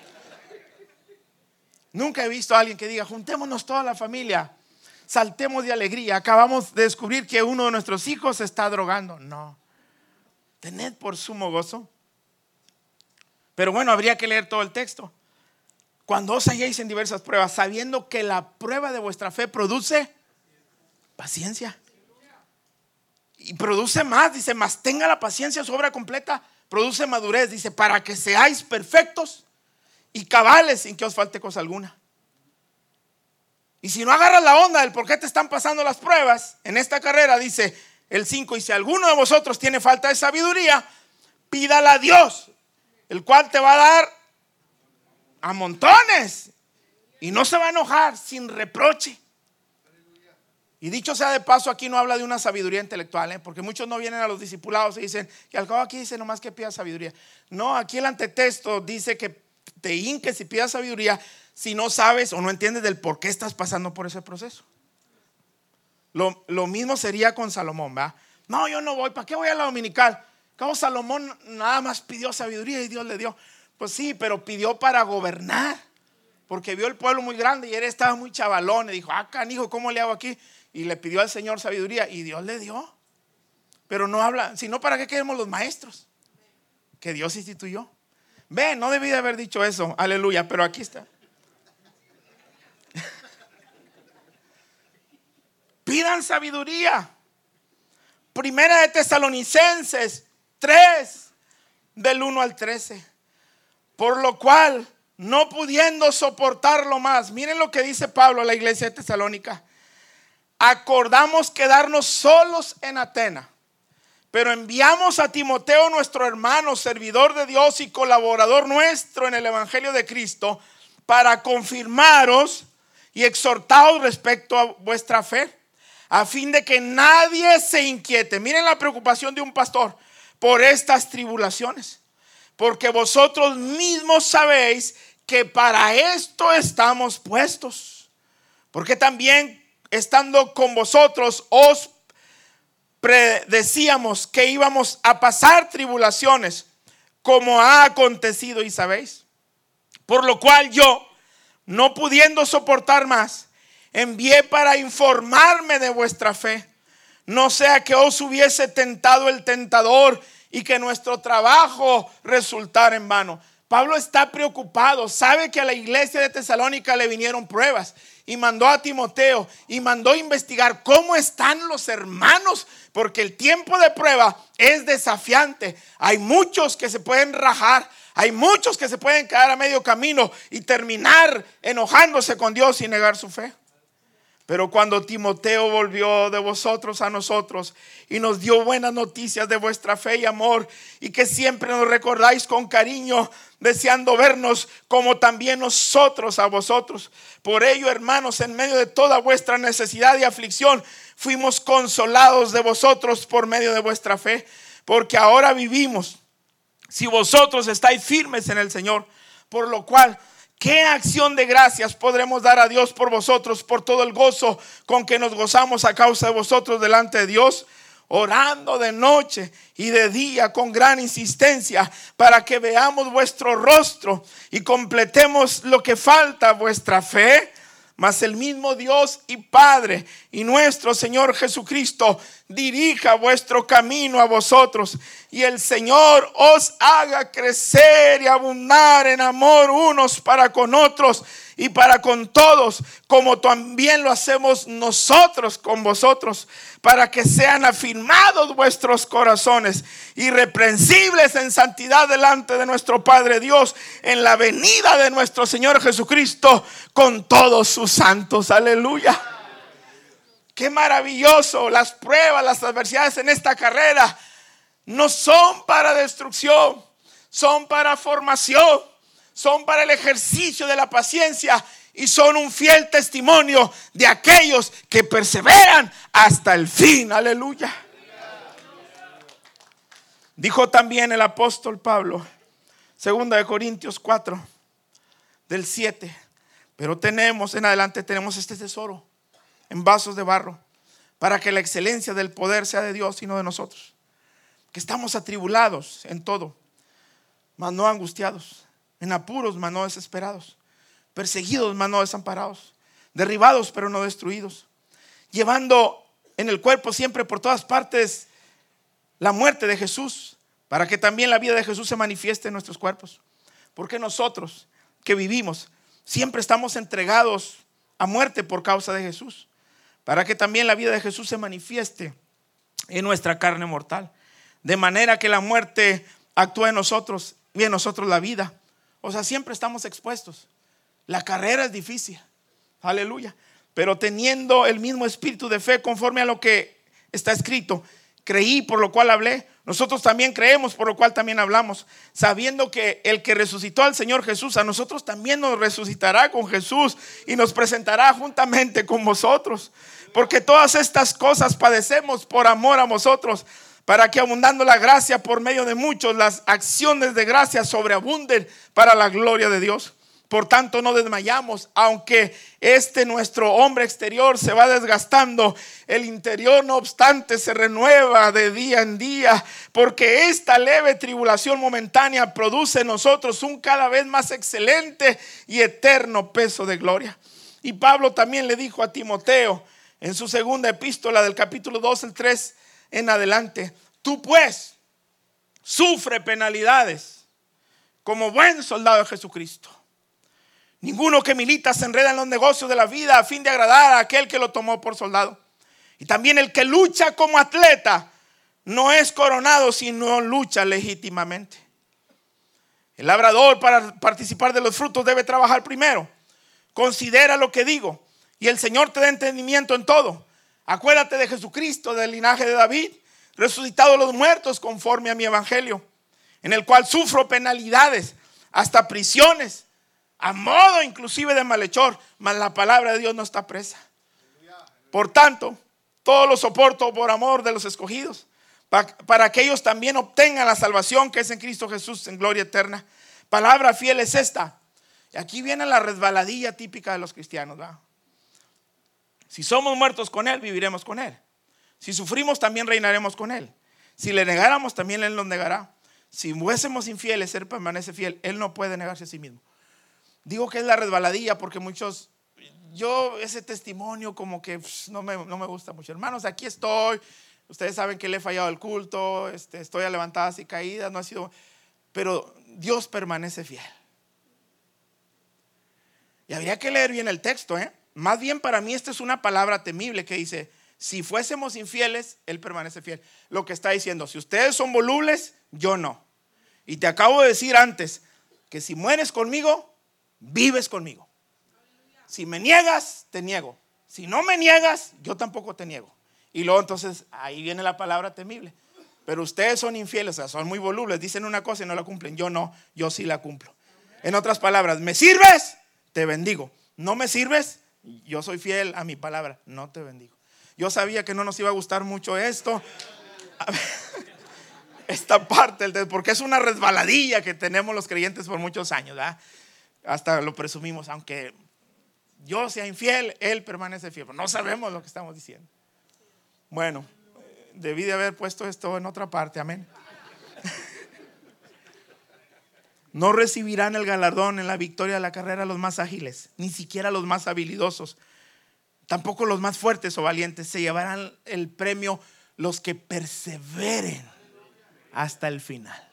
Nunca he visto a alguien que diga: juntémonos toda la familia, saltemos de alegría, acabamos de descubrir que uno de nuestros hijos se está drogando. No. Tened por sumo gozo. Pero bueno, habría que leer todo el texto. Cuando os halléis en diversas pruebas, sabiendo que la prueba de vuestra fe produce paciencia. Y produce más, dice: mas tenga la paciencia su obra completa. Produce madurez, dice: para que seáis perfectos y cabales, sin que os falte cosa alguna. Y si no agarras la onda del por qué te están pasando las pruebas en esta carrera, dice el 5: y si alguno de vosotros tiene falta de sabiduría, pídala a Dios, el cual te va a dar a montones y no se va a enojar, sin reproche. Y dicho sea de paso, aquí no habla de una sabiduría intelectual, porque muchos no vienen a los discipulados y dicen: y al cabo aquí dice nomás que pidas sabiduría. No, aquí el antetexto dice que te hinques y pidas sabiduría si no sabes o no entiendes del por qué estás pasando por ese proceso. Lo mismo sería con Salomón, ¿verdad? No, yo no voy, ¿para qué voy a la dominical? Cabo Salomón nada más pidió sabiduría y Dios le dio. Pues sí, pero pidió para gobernar, porque vio el pueblo muy grande y él estaba muy chavalón y dijo: canijo, ¿cómo le hago aquí? Y le pidió al Señor sabiduría y Dios le dio. Pero no habla, sino para qué queremos los maestros que Dios instituyó. Ven, no debí de haber dicho eso, aleluya, pero aquí está. Pidan sabiduría. Primera de Tesalonicenses 3, del 1 al 13. Por lo cual, no pudiendo soportarlo más, miren lo que dice Pablo a la iglesia de Tesalónica: acordamos quedarnos solos en Atenas, pero enviamos a Timoteo, nuestro hermano, servidor de Dios y colaborador nuestro en el evangelio de Cristo, para confirmaros y exhortaros respecto a vuestra fe, a fin de que nadie se inquiete. Miren la preocupación de un pastor por estas tribulaciones, porque vosotros mismos sabéis que para esto estamos puestos. Porque también estando con vosotros os predecíamos que íbamos a pasar tribulaciones, como ha acontecido y sabéis. Por lo cual yo, no pudiendo soportar más, envié para informarme de vuestra fe, no sea que os hubiese tentado el tentador y que nuestro trabajo resultara en vano. Pablo está preocupado, sabe que a la iglesia de Tesalónica le vinieron pruebas y mandó a Timoteo y mandó a investigar cómo están los hermanos, porque el tiempo de prueba es desafiante. Hay muchos que se pueden rajar, hay muchos que se pueden quedar a medio camino y terminar enojándose con Dios y negar su fe. Pero cuando Timoteo volvió de vosotros a nosotros y nos dio buenas noticias de vuestra fe y amor, y que siempre nos recordáis con cariño, deseando vernos como también nosotros a vosotros. Por ello, hermanos, en medio de toda vuestra necesidad y aflicción, fuimos consolados de vosotros por medio de vuestra fe, porque ahora vivimos si vosotros estáis firmes en el Señor. Por lo cual, ¿qué acción de gracias podremos dar a Dios por vosotros, por todo el gozo con que nos gozamos a causa de vosotros delante de Dios? Orando de noche y de día con gran insistencia, para que veamos vuestro rostro y completemos lo que falta a vuestra fe. Mas el mismo Dios y Padre y nuestro Señor Jesucristo dirija vuestro camino a vosotros, y el Señor os haga crecer y abundar en amor unos para con otros y para con todos, como también lo hacemos nosotros con vosotros, para que sean afirmados vuestros corazones, irreprensibles en santidad delante de nuestro Padre Dios, en la venida de nuestro Señor Jesucristo con todos sus santos. Aleluya. Qué maravilloso. Las pruebas, las adversidades en esta carrera no son para destrucción, son para formación, son para el ejercicio de la paciencia, y son un fiel testimonio de aquellos que perseveran hasta el fin. Aleluya. Dijo también el apóstol Pablo, 2 Corintios 4, del 7: pero en adelante tenemos este tesoro en vasos de barro, para que la excelencia del poder sea de Dios y no de nosotros, que estamos atribulados en todo, mas no angustiados, en apuros, mas no desesperados, perseguidos, mas no desamparados, derribados, pero no destruidos, llevando en el cuerpo siempre por todas partes la muerte de Jesús, para que también la vida de Jesús se manifieste en nuestros cuerpos. Porque nosotros que vivimos siempre estamos entregados a muerte por causa de Jesús, para que también la vida de Jesús se manifieste en nuestra carne mortal, de manera que la muerte actúa en nosotros y en nosotros la vida. O sea, siempre estamos expuestos. La carrera es difícil, aleluya, pero teniendo el mismo espíritu de fe, conforme a lo que está escrito: creí, por lo cual hablé. Nosotros también creemos, por lo cual también hablamos, sabiendo que el que resucitó al Señor Jesús, a nosotros también nos resucitará con Jesús y nos presentará juntamente con vosotros. Porque todas estas cosas padecemos por amor a vosotros, para que, abundando la gracia por medio de muchos, las acciones de gracia sobreabunden para la gloria de Dios. Por tanto, no desmayamos, aunque nuestro hombre exterior se va desgastando, el interior no obstante se renueva de día en día, porque esta leve tribulación momentánea produce en nosotros un cada vez más excelente y eterno peso de gloria. Y Pablo también le dijo a Timoteo en su segunda epístola, del capítulo 2, el 3 en adelante: tú pues sufre penalidades como buen soldado de Jesucristo. Ninguno que milita se enreda en los negocios de la vida a fin de agradar a aquel que lo tomó por soldado. Y también el que lucha como atleta no es coronado si no lucha legítimamente. El labrador, para participar de los frutos, debe trabajar primero. Considera lo que digo, y el Señor te da entendimiento en todo. Acuérdate de Jesucristo, del linaje de David, resucitado de los muertos, conforme a mi evangelio, en el cual sufro penalidades, hasta prisiones, a modo inclusive de malhechor, mas la palabra de Dios no está presa. Por tanto, todo lo soporto por amor de los escogidos, para que ellos también obtengan la salvación que es en Cristo Jesús, en gloria eterna. Palabra fiel es esta. Y aquí viene la resbaladilla típica de los cristianos, ¿verdad? Si somos muertos con Él, viviremos con Él. Si sufrimos, también reinaremos con Él. Si le negáramos, también Él nos negará. Si fuésemos infieles, Él permanece fiel. Él no puede negarse a sí mismo. Digo que es la resbaladilla porque muchos, ese testimonio como que no me gusta mucho. Hermanos, aquí estoy. Ustedes saben que le he fallado el culto. Estoy a levantadas y caídas. No ha sido, pero Dios permanece fiel. Y habría que leer bien el texto, Más bien para mí esta es una palabra temible que dice: si fuésemos infieles, Él permanece fiel. Lo que está diciendo: si ustedes son volubles, yo no. Y te acabo de decir antes que si mueres conmigo, vives conmigo. Si me niegas, te niego. Si no me niegas, yo tampoco te niego. Y luego entonces ahí viene la palabra temible. Pero ustedes son infieles, o sea, son muy volubles, dicen una cosa y no la cumplen. Yo no, yo sí la cumplo. En otras palabras, ¿me sirves? Te bendigo. ¿No me sirves? Yo soy fiel a mi palabra, no te bendigo. Yo sabía que no nos iba a gustar mucho esto, esta parte, porque es una resbaladilla que tenemos los creyentes por muchos años, ¿verdad? Hasta lo presumimos, aunque yo sea infiel, Él permanece fiel. No sabemos lo que estamos diciendo. Bueno, debí de haber puesto esto en otra parte, amén. No recibirán el galardón en la victoria de la carrera los más ágiles, ni siquiera los más habilidosos, tampoco los más fuertes o valientes. Se llevarán el premio los que perseveren hasta el final.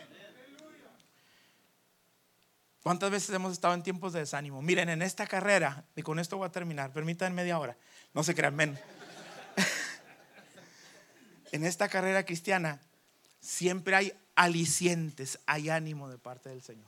¿Cuántas veces hemos estado en tiempos de desánimo? Miren, en esta carrera, y con esto voy a terminar, permítanme media hora, no se crean menos. En esta carrera cristiana siempre hay alicientes, hay ánimo de parte del Señor.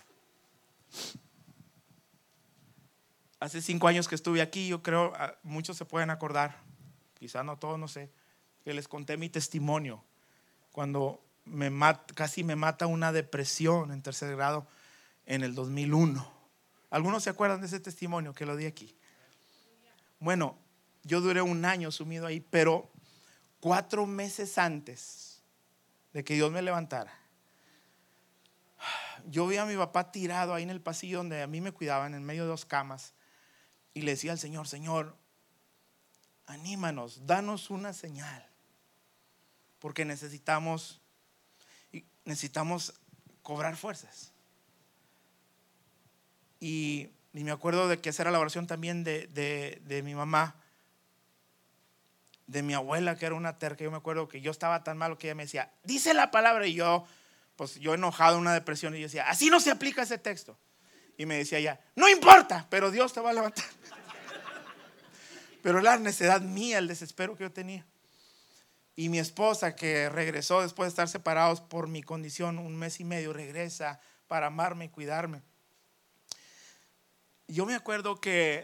Hace 5 años que estuve aquí, yo creo muchos se pueden acordar, quizás no todos, no sé, que les conté mi testimonio cuando casi me mata una depresión en 3er grado en el 2001. ¿Algunos se acuerdan de ese testimonio que lo di aquí? Bueno, yo duré 1 año sumido ahí, pero 4 meses antes de que Dios me levantara, yo vi a mi papá tirado ahí en el pasillo donde a mí me cuidaban, en medio de 2 camas, y le decía al Señor: Señor, anímanos, danos una señal, porque necesitamos cobrar fuerzas. Y me acuerdo de que esa era la oración también de mi mamá, de mi abuela, que era una terca. Yo me acuerdo que yo estaba tan malo que ella me decía: dice la palabra. Y yo enojado, en una depresión, y yo decía: así no se aplica ese texto. Y me decía ella: no importa, pero Dios te va a levantar. Pero la necedad mía, el desespero que yo tenía. Y mi esposa, que regresó después de estar separados por mi condición 1 mes y medio, regresa para amarme y cuidarme. Yo me acuerdo que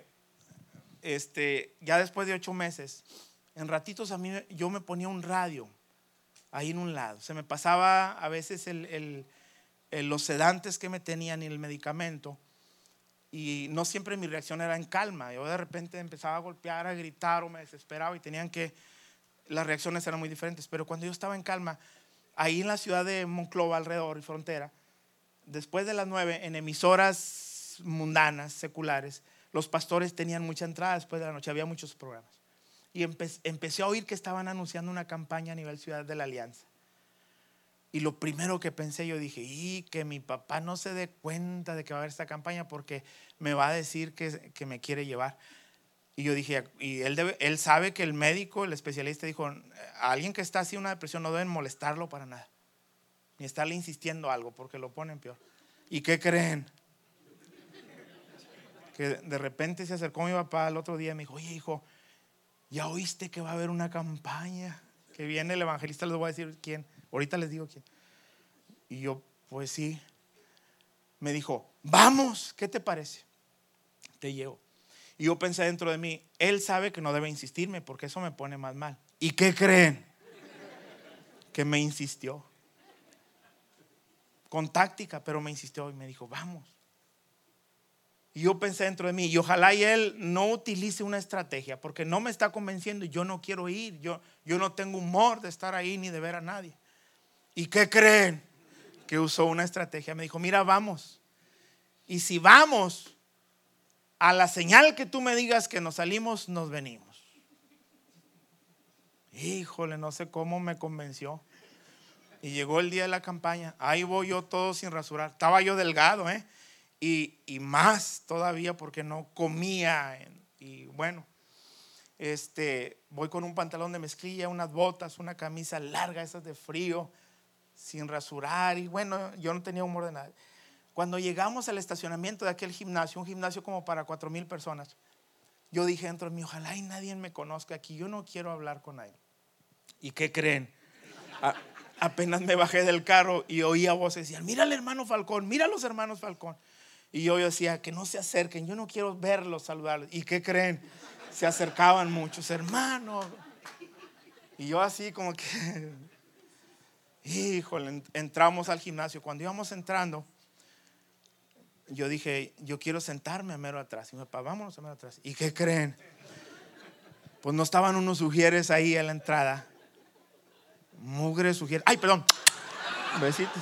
ya después de 8 meses, en ratitos yo me ponía un radio ahí en un lado. Se me pasaba a veces los sedantes que me tenían y el medicamento, y no siempre mi reacción era en calma. Yo de repente empezaba a golpear, a gritar, o me desesperaba, y las reacciones eran muy diferentes. Pero cuando yo estaba en calma, ahí en la ciudad de Monclova, alrededor y frontera, después de las 9, en emisoras mundanas, seculares, los pastores tenían mucha entrada después de la noche, había muchos programas. Y empecé a oír que estaban anunciando una campaña a nivel ciudad de la Alianza. Y lo primero que pensé, yo dije: que mi papá no se dé cuenta de que va a haber esta campaña, porque me va a decir que me quiere llevar. Y yo dije, y él sabe que el médico, el especialista, dijo: a alguien que está así en una depresión no deben molestarlo para nada, ni estarle insistiendo algo, porque lo ponen peor. ¿Y qué creen? Que de repente se acercó mi papá el otro día y me dijo: oye, hijo, ¿ya oíste que va a haber una campaña? Que viene el evangelista, les voy a decir quién, ahorita les digo quién. Y yo: pues sí. Me dijo: vamos, ¿qué te parece? Te llevo. Y yo pensé dentro de mí: él sabe que no debe insistirme, porque eso me pone más mal. ¿Y qué creen? Que me insistió con táctica, pero me insistió y me dijo: vamos. Y yo pensé dentro de mí: y ojalá y él no utilice una estrategia, porque no me está convenciendo y yo no quiero ir. Yo no tengo humor de estar ahí ni de ver a nadie. ¿Y qué creen? Que usó una estrategia. Me dijo: mira, vamos. Y si vamos, a la señal que tú me digas que nos salimos, nos venimos. Híjole, no sé cómo me convenció. Y llegó el día de la campaña. Ahí voy yo todo sin rasurar. Estaba yo delgado, y más todavía porque no comía. Y bueno, voy con un pantalón de mezclilla, unas botas, una camisa larga, esas de frío, sin rasurar. Y bueno, yo no tenía humor de nada. Cuando llegamos al estacionamiento de aquel gimnasio, un gimnasio como para 4,000 personas, yo dije dentro de mí, ojalá y nadie me conozca aquí, yo no quiero hablar con nadie. ¿Y qué creen? Apenas me bajé del carro y oía voces, decían, mira al hermano Falcón, mira a los hermanos Falcón. Y yo decía, que no se acerquen, yo no quiero verlos, saludarlos. ¿Y qué creen? Se acercaban muchos hermanos. Y yo así como que, híjole, entramos al gimnasio. Cuando íbamos entrando, yo dije, yo quiero sentarme a mero atrás. Y mi papá, vámonos a mero atrás. ¿Y qué creen? Pues no estaban unos sugieres ahí a la entrada. Mugre sugieres. Ay, perdón. Besitos.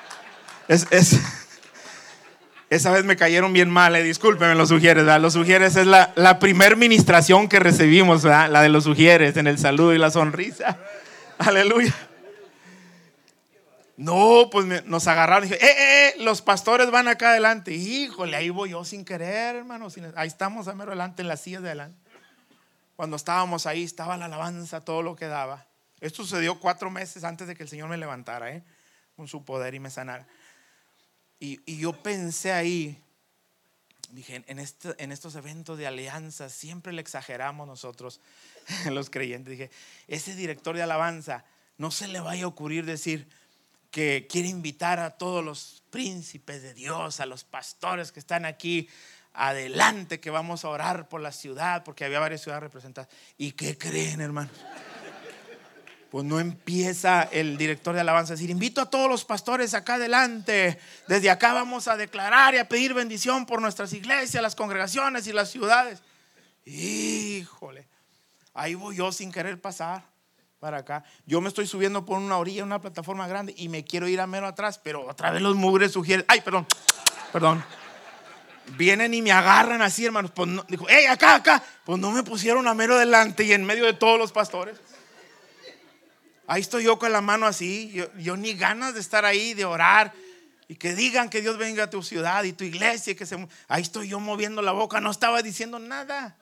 Esa vez me cayeron bien mal, discúlpenme los sugieres, ¿verdad? Los sugieres es la primer ministración que recibimos, ¿verdad? La de los sugieres, en el saludo y la sonrisa. Aleluya. No, pues nos agarraron y dije, los pastores van acá adelante. Híjole, ahí voy yo sin querer, hermano. Ahí estamos a mero adelante en las sillas de adelante. Cuando estábamos ahí, estaba la alabanza, todo lo que daba. Esto sucedió 4 meses antes de que el Señor me levantara, con su poder y me sanara. Y yo pensé ahí, dije, en estos eventos de alianza siempre le exageramos nosotros, los creyentes. Dije, ese director de alabanza no se le vaya a ocurrir decir que quiere invitar a todos los príncipes de Dios, a los pastores que están aquí adelante, que vamos a orar por la ciudad, porque había varias ciudades representadas. ¿Y qué creen, hermanos? Pues no empieza el director de alabanza a decir, invito a todos los pastores acá adelante, desde acá vamos a declarar y a pedir bendición por nuestras iglesias, las congregaciones y las ciudades. Híjole, ahí voy yo sin querer pasar para acá. Yo me estoy subiendo por una orilla, una plataforma grande, y me quiero ir a mero atrás, pero otra vez los mugres sugieren, ay, perdón. Vienen y me agarran así, hermanos. Pues no, dijo, acá. Pues no me pusieron a mero delante y en medio de todos los pastores. Ahí estoy yo con la mano así. Yo ni ganas de estar ahí, de orar y que digan que Dios venga a tu ciudad y tu iglesia. Ahí estoy yo moviendo la boca, no estaba diciendo nada.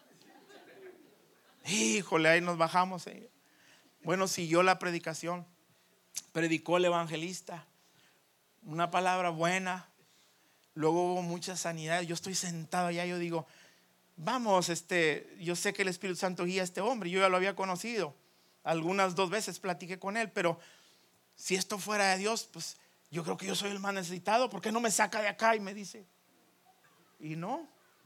Híjole, ahí nos bajamos. Bueno, siguió la predicación. Predicó el evangelista. Una palabra buena. Luego hubo mucha sanidad. Yo estoy sentado allá, yo digo, vamos, yo sé que el Espíritu Santo guía a este hombre. Yo ya lo había conocido. Algunas 2 veces platiqué con él, pero si esto fuera de Dios, pues yo creo que yo soy el más necesitado. ¿Por qué no me saca de acá y me dice? Y no,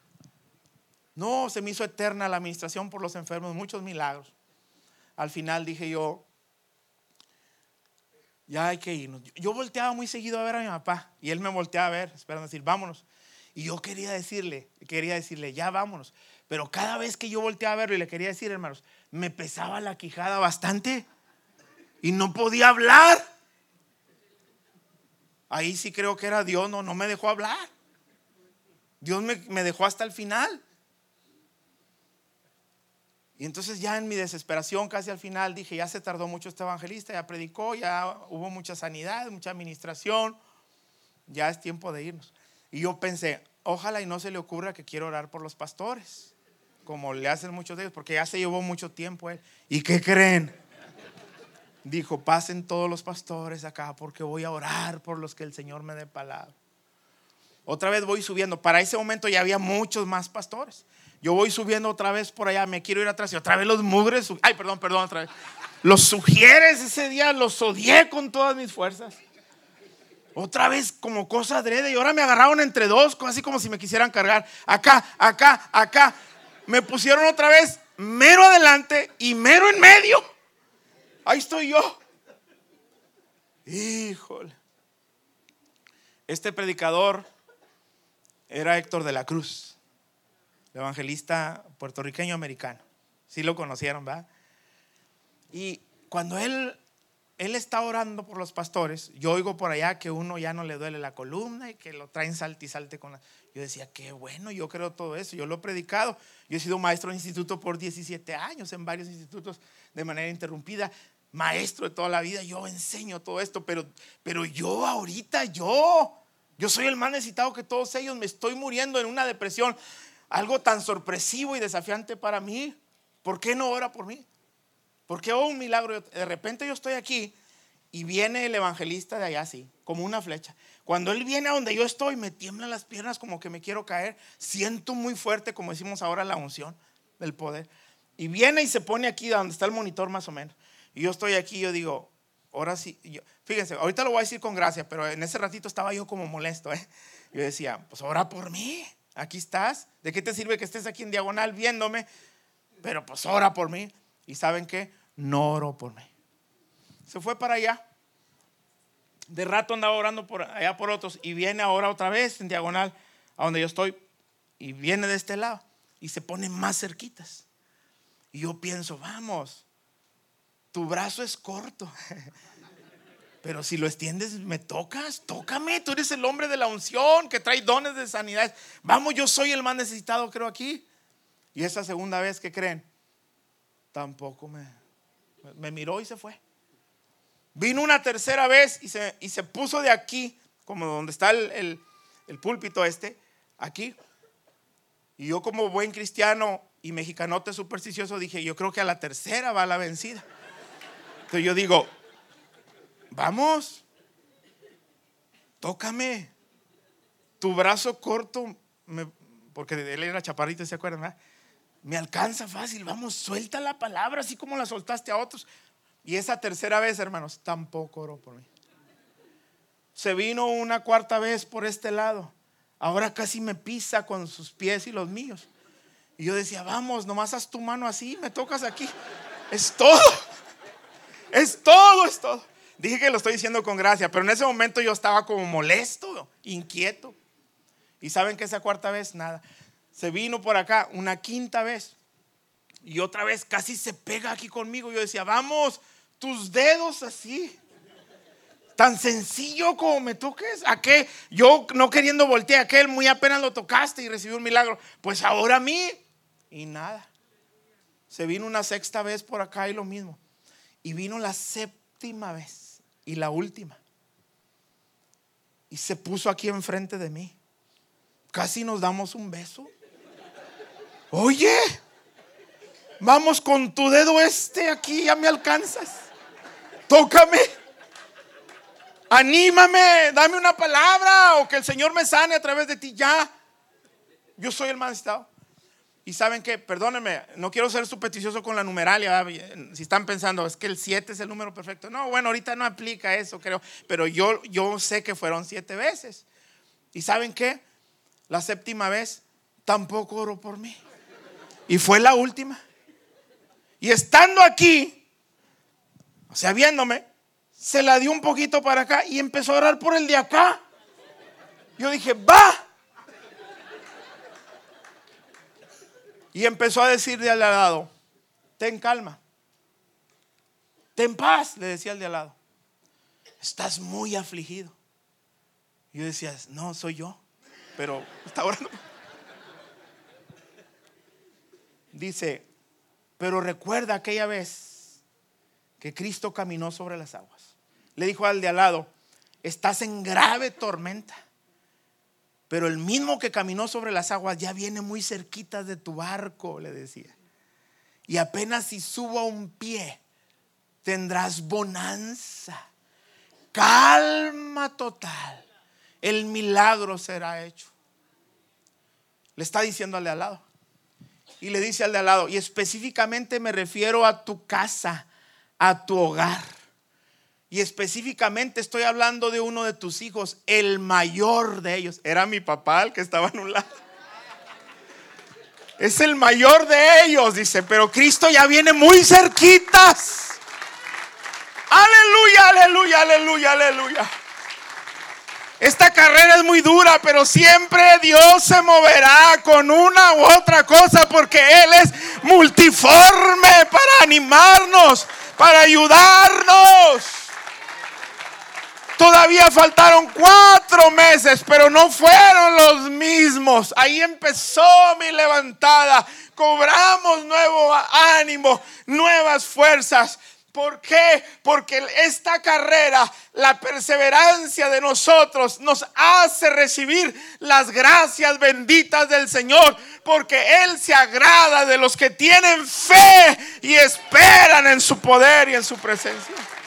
se me hizo eterna la administración por los enfermos, muchos milagros. Al final dije yo, ya hay que irnos. Yo volteaba muy seguido a ver a mi papá y él me volteaba a ver, esperando decir, vámonos. Y yo quería decirle, ya vámonos. Pero cada vez que yo volteaba a verlo y le quería decir, hermanos, me pesaba la quijada bastante y no podía hablar. Ahí sí creo que era Dios, no me dejó hablar. Dios me dejó hasta el final. Y entonces ya en mi desesperación casi al final dije, ya se tardó mucho este evangelista, ya predicó, ya hubo mucha sanidad, mucha administración, ya es tiempo de irnos. Y yo pensé, ojalá y no se le ocurra que quiero orar por los pastores, como le hacen muchos de ellos, porque ya se llevó mucho tiempo él. ¿Y qué creen? Dijo, pasen todos los pastores acá porque voy a orar por los que el Señor me dé palabra. Otra vez voy subiendo. Para ese momento ya había muchos más pastores. Yo voy subiendo otra vez por allá, me quiero ir atrás y otra vez los mugres. Ay, perdón, otra vez. Los sugieres ese día los odié con todas mis fuerzas. Otra vez como cosa adrede y ahora me agarraron entre dos, así como si me quisieran cargar. Acá. Me pusieron otra vez mero adelante y mero en medio. Ahí estoy yo. Híjole. Este predicador era Héctor de la Cruz, el evangelista puertorriqueño americano. Sí lo conocieron, ¿verdad? Y cuando él él está orando por los pastores. Yo oigo por allá que uno ya no le duele la columna y que lo traen salte y salte con la... Yo decía, qué bueno, yo creo todo eso, yo lo he predicado. Yo he sido maestro de instituto por 17 años en varios institutos de manera interrumpida, maestro de toda la vida, yo enseño todo esto, pero yo ahorita, yo soy el más necesitado que todos ellos, me estoy muriendo en una depresión, algo tan sorpresivo y desafiante para mí. ¿Por qué no ora por mí? ¿Por qué un milagro? De repente yo estoy aquí y viene el evangelista de allá así, como una flecha. Cuando él viene a donde yo estoy, me tiemblan las piernas como que me quiero caer. Siento muy fuerte, como decimos ahora, la unción del poder. Y viene y se pone aquí donde está el monitor más o menos. Y yo estoy aquí, yo digo, ahora sí. Fíjense, ahorita lo voy a decir con gracia, pero en ese ratito estaba yo como molesto. Yo decía, pues ora por mí, aquí estás. ¿De qué te sirve que estés aquí en diagonal viéndome? Pero pues ora por mí. ¿Y saben qué? No oró por mí. Se fue para allá. De rato andaba orando por allá por otros. Y viene ahora otra vez en diagonal a donde yo estoy. Y viene de este lado. Y se pone más cerquitas. Y yo pienso, vamos, tu brazo es corto. Pero si lo extiendes, me tocas, tócame. Tú eres el hombre de la unción que trae dones de sanidad. Vamos, yo soy el más necesitado, creo, aquí. Y esa segunda vez, ¿qué creen? Tampoco me miró y se fue. Vino una tercera vez y se puso de aquí, como donde está el púlpito aquí. Y yo, como buen cristiano y mexicanote supersticioso, dije, yo creo que a la tercera va la vencida. Entonces yo digo, vamos, tócame. Tu brazo corto, porque él era chaparrito, ¿se acuerdan? ¿Verdad? Me alcanza fácil, vamos, suelta la palabra así como la soltaste a otros. Y esa tercera vez, hermanos, tampoco oró por mí. Se vino una cuarta vez por este lado. Ahora casi me pisa con sus pies y los míos. Y yo decía, vamos, nomás haz tu mano así, me tocas aquí. Es todo. Es todo, es todo. Dije que lo estoy diciendo con gracia, pero en ese momento yo estaba como molesto, inquieto. Y saben que esa cuarta vez, nada. Se vino por acá una quinta vez. Y otra vez casi se pega aquí conmigo. Yo decía, vamos, tus dedos así. Tan sencillo como me toques. ¿A qué? Yo no queriendo voltear, aquel muy apenas lo tocaste y recibió un milagro. Pues ahora a mí. Y nada. Se vino una sexta vez por acá y lo mismo. Y vino la séptima vez y la última. Y se puso aquí enfrente de mí. Casi nos damos un beso. Oye, vamos con tu dedo aquí, ya me alcanzas. Tócame. Anímame, dame una palabra o que el Señor me sane a través de ti. Ya, yo soy el más necesitado. Y saben que, perdónenme, no quiero ser supersticioso con la numeralia. Si están pensando, es que el 7 es el número perfecto. No, bueno, ahorita no aplica eso, creo. Pero yo sé que fueron 7 veces. ¿Y saben qué? La séptima vez tampoco oró por mí. Y fue la última. Y estando aquí, o sea, viéndome, se la dio un poquito para acá y empezó a orar por el de acá. Yo dije, va. Y empezó a decir al de al lado, ten calma, ten paz, le decía al de al lado. Estás muy afligido. Yo decía, no, soy yo, pero está orando. Dice, pero recuerda aquella vez que Cristo caminó sobre las aguas. Le dijo al de al lado, estás en grave tormenta, pero el mismo que caminó sobre las aguas ya viene muy cerquita de tu barco, le decía. Y apenas si subo un pie, tendrás bonanza, calma total. El milagro será hecho. Le está diciendo al de al lado. Y le dice al de al lado, y específicamente me refiero a tu casa, a tu hogar. Y específicamente estoy hablando de uno de tus hijos, el mayor de ellos. Era mi papá el que estaba en un lado. Es el mayor de ellos, dice, pero Cristo ya viene muy cerquitas. Aleluya, aleluya, aleluya, aleluya. Esta carrera es muy dura, pero siempre Dios se moverá con una u otra cosa, porque Él es multiforme para animarnos, para ayudarnos. Todavía faltaron 4 meses, pero no fueron los mismos. Ahí empezó mi levantada. Cobramos nuevo ánimo, nuevas fuerzas. ¿Por qué? Porque esta carrera, la perseverancia de nosotros nos hace recibir las gracias benditas del Señor, porque Él se agrada de los que tienen fe y esperan en su poder y en su presencia.